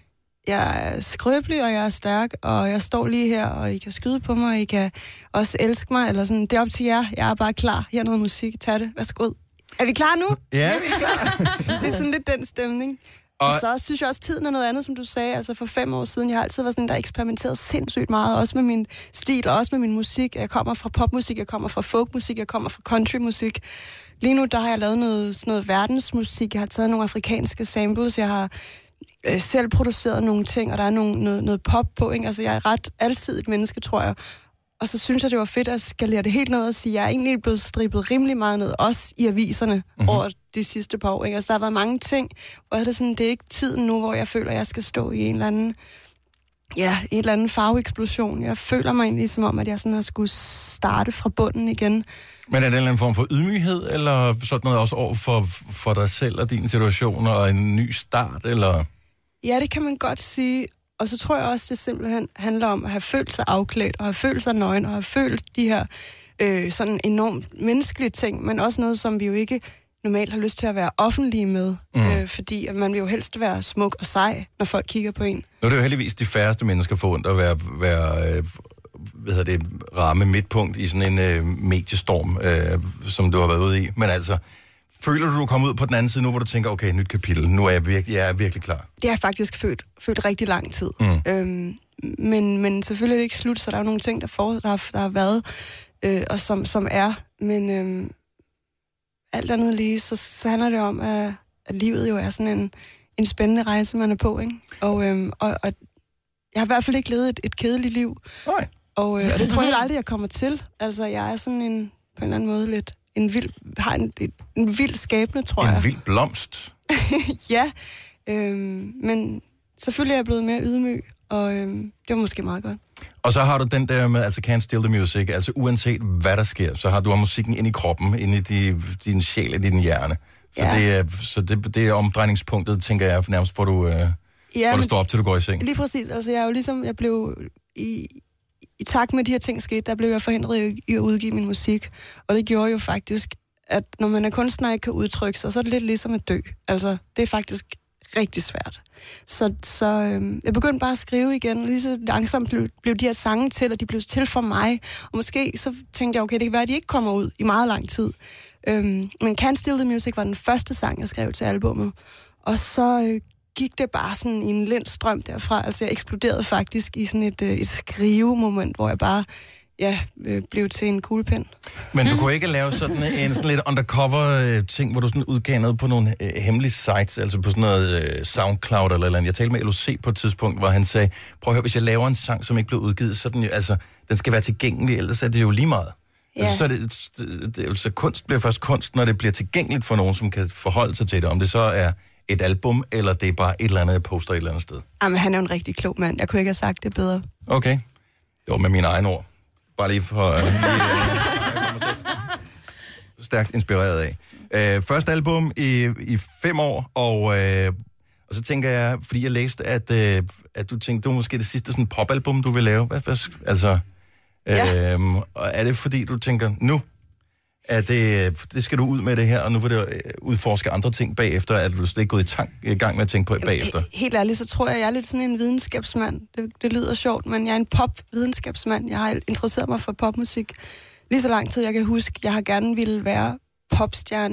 jeg er skrøbelig, og jeg er stærk, og jeg står lige her, og I kan skyde på mig, og I kan også elske mig, eller sådan, det er op til jer, jeg er bare klar, her er noget musik, tag det, værsgo. Er vi klar nu? Ja. Er vi klar? Det er sådan lidt den stemning. Og, og så synes jeg også, at tiden er noget andet, som du sagde. Altså for fem år siden, jeg har altid været sådan en, der eksperimenteret sindssygt meget. Også med min stil, og også med min musik. Jeg kommer fra popmusik, jeg kommer fra folkmusik, jeg kommer fra countrymusik. Lige nu, der har jeg lavet noget, sådan noget verdensmusik. Jeg har taget nogle afrikanske samples. Jeg har øh, selv produceret nogle ting, og der er nogle, noget, noget pop på. Ikke? Altså jeg er ret altid et menneske, tror jeg. Og så synes jeg, det var fedt at skalere det helt ned og sige, at jeg er egentlig blevet stribet rimelig meget ned, også i aviserne, mm-hmm. over de sidste par år. Ikke? Altså, der har været mange ting, hvor det, sådan, det er ikke tiden nu, hvor jeg føler, at jeg skal stå i en eller anden, ja, en eller anden farveeksplosion. Jeg føler mig egentlig som om, at jeg sådan har skulle starte fra bunden igen. Men er det en eller anden form for ydmyghed, eller sådan noget også over for, for dig selv og din situation, og en ny start, eller? Ja, det kan man godt sige. Og så tror jeg også, det simpelthen handler om at have følt sig afklædt, og have følt sig nøgen, og have følt de her øh, sådan enormt menneskelige ting, men også noget, som vi jo ikke normalt har lyst til at være offentlige med, mm. øh, fordi at man vil jo helst være smuk og sej, når folk kigger på en. Nu er det jo heldigvis de færreste mennesker forundt at være, være øh, hvad hedder det, ramme midtpunkt i sådan en øh, mediestorm, øh, som du har været ude i. Men altså, føler du, du kommer ud på den anden side nu, hvor du tænker, okay, nyt kapitel, nu er jeg virkelig, jeg er virkelig klar? Det har jeg faktisk følt, følt rigtig lang tid. Mm. Øhm, men, men selvfølgelig er det ikke slut, så der er nogle ting, der, for, der, har, der har været, øh, og som, som er. Men øh, alt andet lige, så, så handler det om, at, at livet jo er sådan en, en spændende rejse, man er på. Ikke? Og, øh, og, og jeg har i hvert fald ikke levet et, et kedeligt liv. Nej. Og, øh, og det tror jeg aldrig, jeg kommer til. Altså, jeg er sådan en, på en eller anden måde lidt... En vild, har en, en vild skæbne, tror en jeg. En vild blomst? Ja, øhm, men selvfølgelig er jeg blevet mere ydmyg, og øhm, det var måske meget godt. Og så har du den der med, altså Can't Steal the Music, altså uanset hvad der sker, så har du har musikken ind i kroppen, ind i de, din sjæl, i din hjerne. Så, ja. det, er, så det, det er omdrejningspunktet, tænker jeg, nærmest får du, øh, ja, får du står op, til du går i seng. Lige præcis, altså jeg er jo ligesom, jeg blev i... I takt med, at de her ting skete, der blev jeg forhindret i at udgive min musik. Og det gjorde jo faktisk, at når man er kunstner ikke kan udtrykke sig, så er det lidt ligesom at dø. Altså, det er faktisk rigtig svært. Så, så øhm, jeg begyndte bare at skrive igen, og lige så langsomt blev, blev de her sange til, og de blev til for mig. Og måske så tænkte jeg, okay, det kan være, at de ikke kommer ud i meget lang tid. Øhm, men Can't Steal the Music var den første sang, jeg skrev til albummet. Og så... Øh, gik det bare sådan i en lind strøm derfra. Altså jeg eksploderede faktisk i sådan et, øh, et skrivemoment, hvor jeg bare ja, øh, blev til en kuglepen. Men du kunne ikke lave sådan en sådan lidt undercover-ting, hvor du sådan udgav noget på nogle øh, hemmelige sites, altså på sådan noget øh, SoundCloud eller eller andet. Jeg talte med L O C på et tidspunkt, hvor han sagde, prøv at høre, hvis jeg laver en sang, som ikke blev udgivet, så den, jo, altså, den skal være tilgængelig, ellers er det jo lige meget. Ja. Altså, så, er det, det, det, så kunst bliver først kunst, når det bliver tilgængeligt for nogen, som kan forholde sig til det, om det så er et album, eller det er bare et eller andet, jeg poster et eller andet sted. Jamen, han er jo en rigtig klog mand. Jeg kunne ikke have sagt det bedre. Okay. Det var med mine egne ord. Bare lige for... Uh, lige, uh, stærkt inspireret af. Uh, første album i, i fem år, og, uh, og så tænker jeg, fordi jeg læste, at, uh, at du tænkte, det var måske det sidste sådan popalbum, du vil lave. Hvad, hvad, altså, ja. uh, og er det fordi, du tænker, nu... at det, det skal du ud med det her, og nu vil du udforske andre ting bagefter, at du slet ikke gået i, tank, i gang med at tænke på det bagefter? Helt ærligt, så tror jeg, jeg er lidt sådan en videnskabsmand. Det, det lyder sjovt, men jeg er en pop-videnskabsmand. Jeg har interesseret mig for popmusik lige så lang tid, jeg kan huske. Jeg har gerne ville være popstjerne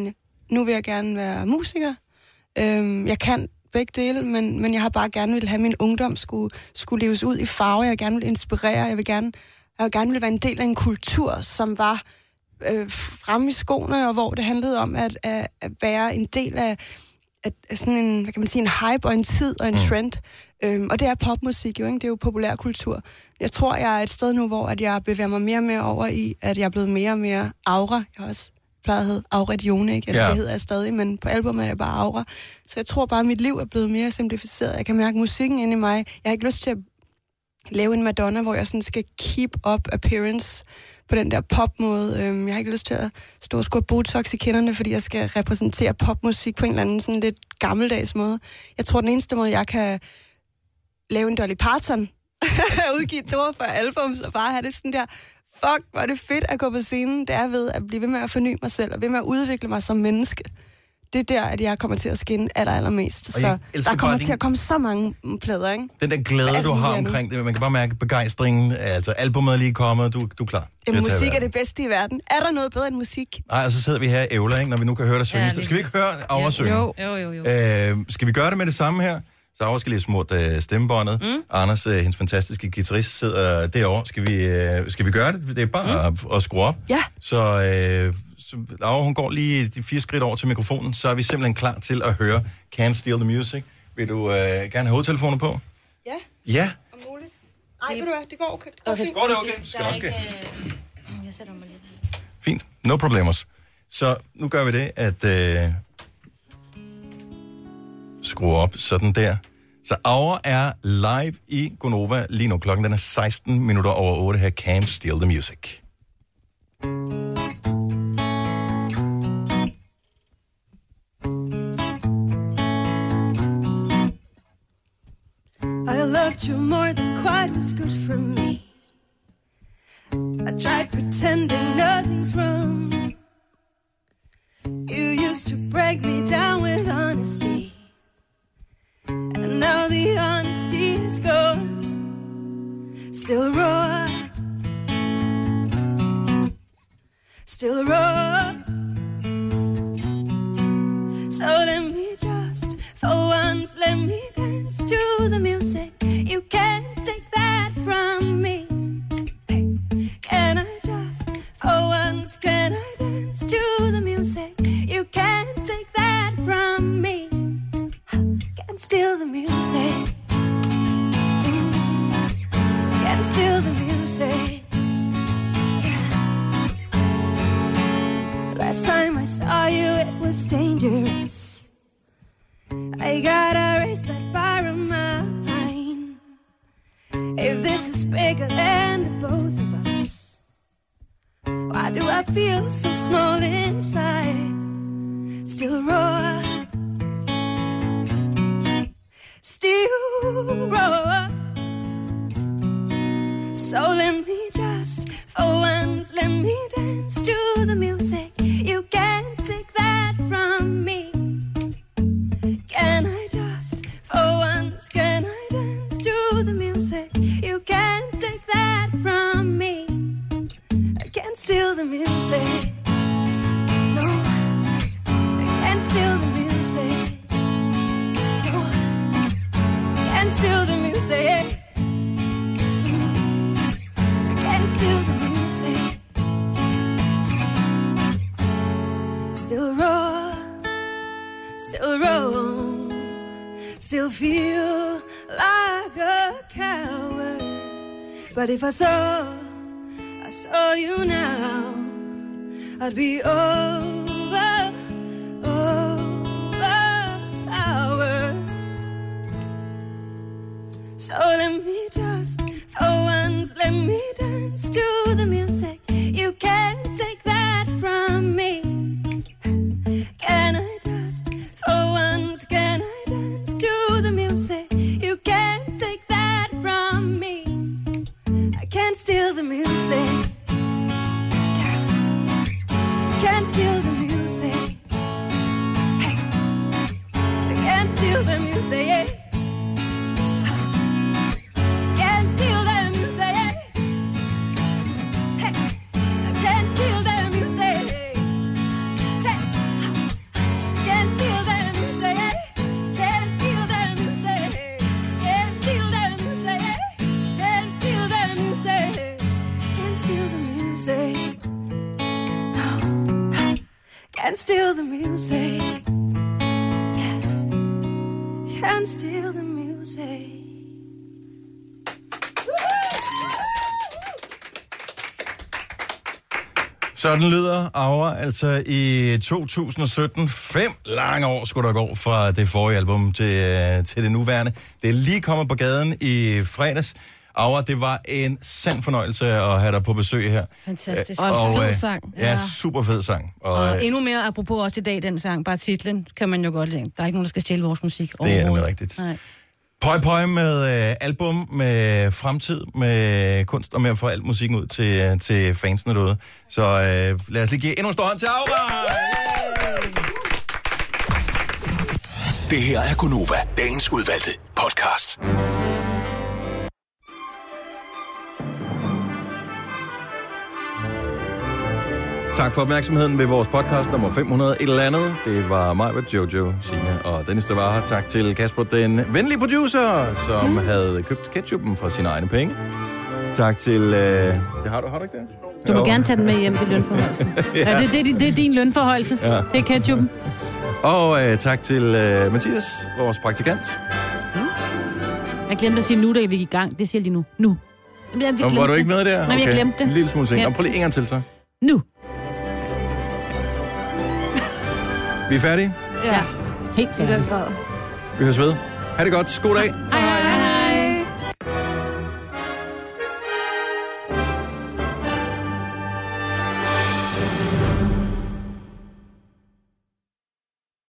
nu vil jeg gerne være musiker. Øhm, jeg kan begge dele, men, men jeg har bare gerne vil have min ungdom skulle, skulle leves ud i farve. Jeg gerne vil inspirere. Jeg vil gerne, jeg vil gerne vil være en del af en kultur, som var øh, fremme i skoene, og hvor det handlede om at, at, at være en del af, af, af sådan en, hvad kan man sige, en hype og en tid og en mm. trend. Øhm, og det er popmusik jo, ikke? Det er jo populærkultur. Jeg tror, jeg er et sted nu, hvor at jeg bevæger mig mere og mere over i, at jeg er blevet mere og mere Aura. Jeg har også plejer at hedde Aura Dione, ikke? Eller ja. Det hedder jeg stadig, men på albumet er det bare Aura. Så jeg tror bare, at mit liv er blevet mere simplificeret. Jeg kan mærke musikken inde i mig. Jeg har ikke lyst til at lave en Madonna, hvor jeg sådan skal keep up appearance på den der popmåde. Jeg har ikke lyst til at stå og skubbe botox i kinderne, fordi jeg skal repræsentere popmusik på en eller anden sådan lidt gammeldags måde. Jeg tror, den eneste måde, jeg kan lave en Dolly Parton, udgive toogfyrre albums og bare have det sådan der, fuck, hvor er det fedt at gå på scenen, det er ved at blive ved med at forny mig selv, og ved med at udvikle mig som menneske. Det er der, at jeg kommer til at skinne aller, allermest. Så der kommer din... til at komme så mange plader, ikke? Den der glæde, du har omkring det, man kan bare mærke begejstringen, altså albumet er lige kommet, du, du er klar. Jamen, musik er det bedste i verden. Er der noget bedre end musik? Nej, og så sidder vi her i ævler, ikke, når vi nu kan høre dig synge. Ja, skal vi ikke høre Aura synge? Jo, jo, jo. jo. Øh, skal vi gøre det med det samme her? Så Aura skal lige smurt øh, stemmebåndet. Mm. Anders, øh, hendes fantastiske guitarist, sidder derovre. Skal vi, øh, skal vi gøre det? Det er bare mm. at, at skrue op. Ja. Så, øh, så Aura, hun går lige de fire skridt over til mikrofonen, så er vi simpelthen klar til at høre Can't Steal the Music. Vil du øh, gerne have hovedtelefoner på? Ja. Ja. Om muligt. Nej, ved du hvad, det går okay. Det går, okay. fint. Går det okay? Skal nok, ikke, øh... Jeg sætter mig lidt. Fint. No problemos. Så nu gør vi det, at øh, skrue op sådan der. Så Aura er live i Gonova lige nu. Klokken den er seksten minutter over otte her. Can't Steal the Music. I loved you more than quite was good for me. I tried pretending nothing's wrong. You used to break me down with honesty. And now the honesty is gone. Still raw. Still raw. So let me just, for once, let me dance to the music. You can't take that from me. Hey, can I just, for once, can I dance to the music? You can't take that from me. Can't steal the music. Can't steal the music. Last time I saw you, it was dangerous. I gotta raise that bar of mine. If this is bigger than the both of us, why do I feel so small inside? Still raw. Still raw. So let me just, for once, let me dance to the music. You can't take that from me. Can I just, for once, can I dance to the music? You can't take that from me. I can't steal the music. No, I can't steal the music. No, I can't steal the music. I can't steal the music. Still raw, still wrong, still feel like a coward. But if I saw, I saw you now, I'd be over, overpowered. So let me just, for once, let me dance to the music. You can't take that from me. Can I just, for once, can I dance to the music? You can't take that from me. I can't steal the music. Can't steal the music. Hey. I can't steal the music. Can't steal the music. Hey. steal the music. Yeah. Can't steal the music. Sådan lyder Aura, altså i to tusind og sytten. Fem lange år skulle der gå fra det forrige album til, øh, til det nuværende. Det er lige kommet på gaden i fredags. Aura, det var en sand fornøjelse at have dig på besøg her. Fantastisk. Og en fed øh, sang. Ja, super fed sang. Og, Og øh, endnu mere, apropos også i dag, den sang, bare titlen, kan man jo godt lide. Der er ikke nogen, der skal stjæle vores musik. det er nemlig rigtigt. Nej. Pøj pøj med øh, album, med fremtid, med kunst og med at få al musikken ud til, til fansene derude. Så øh, lad os lige give endnu en stor hånd til Aura! Det her er Gunova, dagens udvalgte podcast. Tak for opmærksomheden ved vores podcast nummer fem hundrede et eller andet. Det var mig, Jojo, Signe og Dennis, der var her. Tak til Kasper, den venlige producer, som mm. havde købt ketchupen for sine egne penge. Tak til... Øh... Det har du, har du ikke det? Du må jo. gerne tage den med hjem, det er lønforholdelsen. ja. Ja, det, det, det er din lønforholdelse. Ja. Det er ketchupen. Og øh, tak til øh, Mathias, vores praktikant. Mm. Jeg glemte at sige nu, da vi gik i gang. Det siger de nu. Nu. Jamen, vi Nå, var du ikke med der? Nej, okay. Jeg glemte det. En lille smule ting. Ja. Og prøv lige en gang til så. Nu. Vi er færdige? Ja. Helt færdige. Vi høres ved. Ha' det godt. God dag. Hej.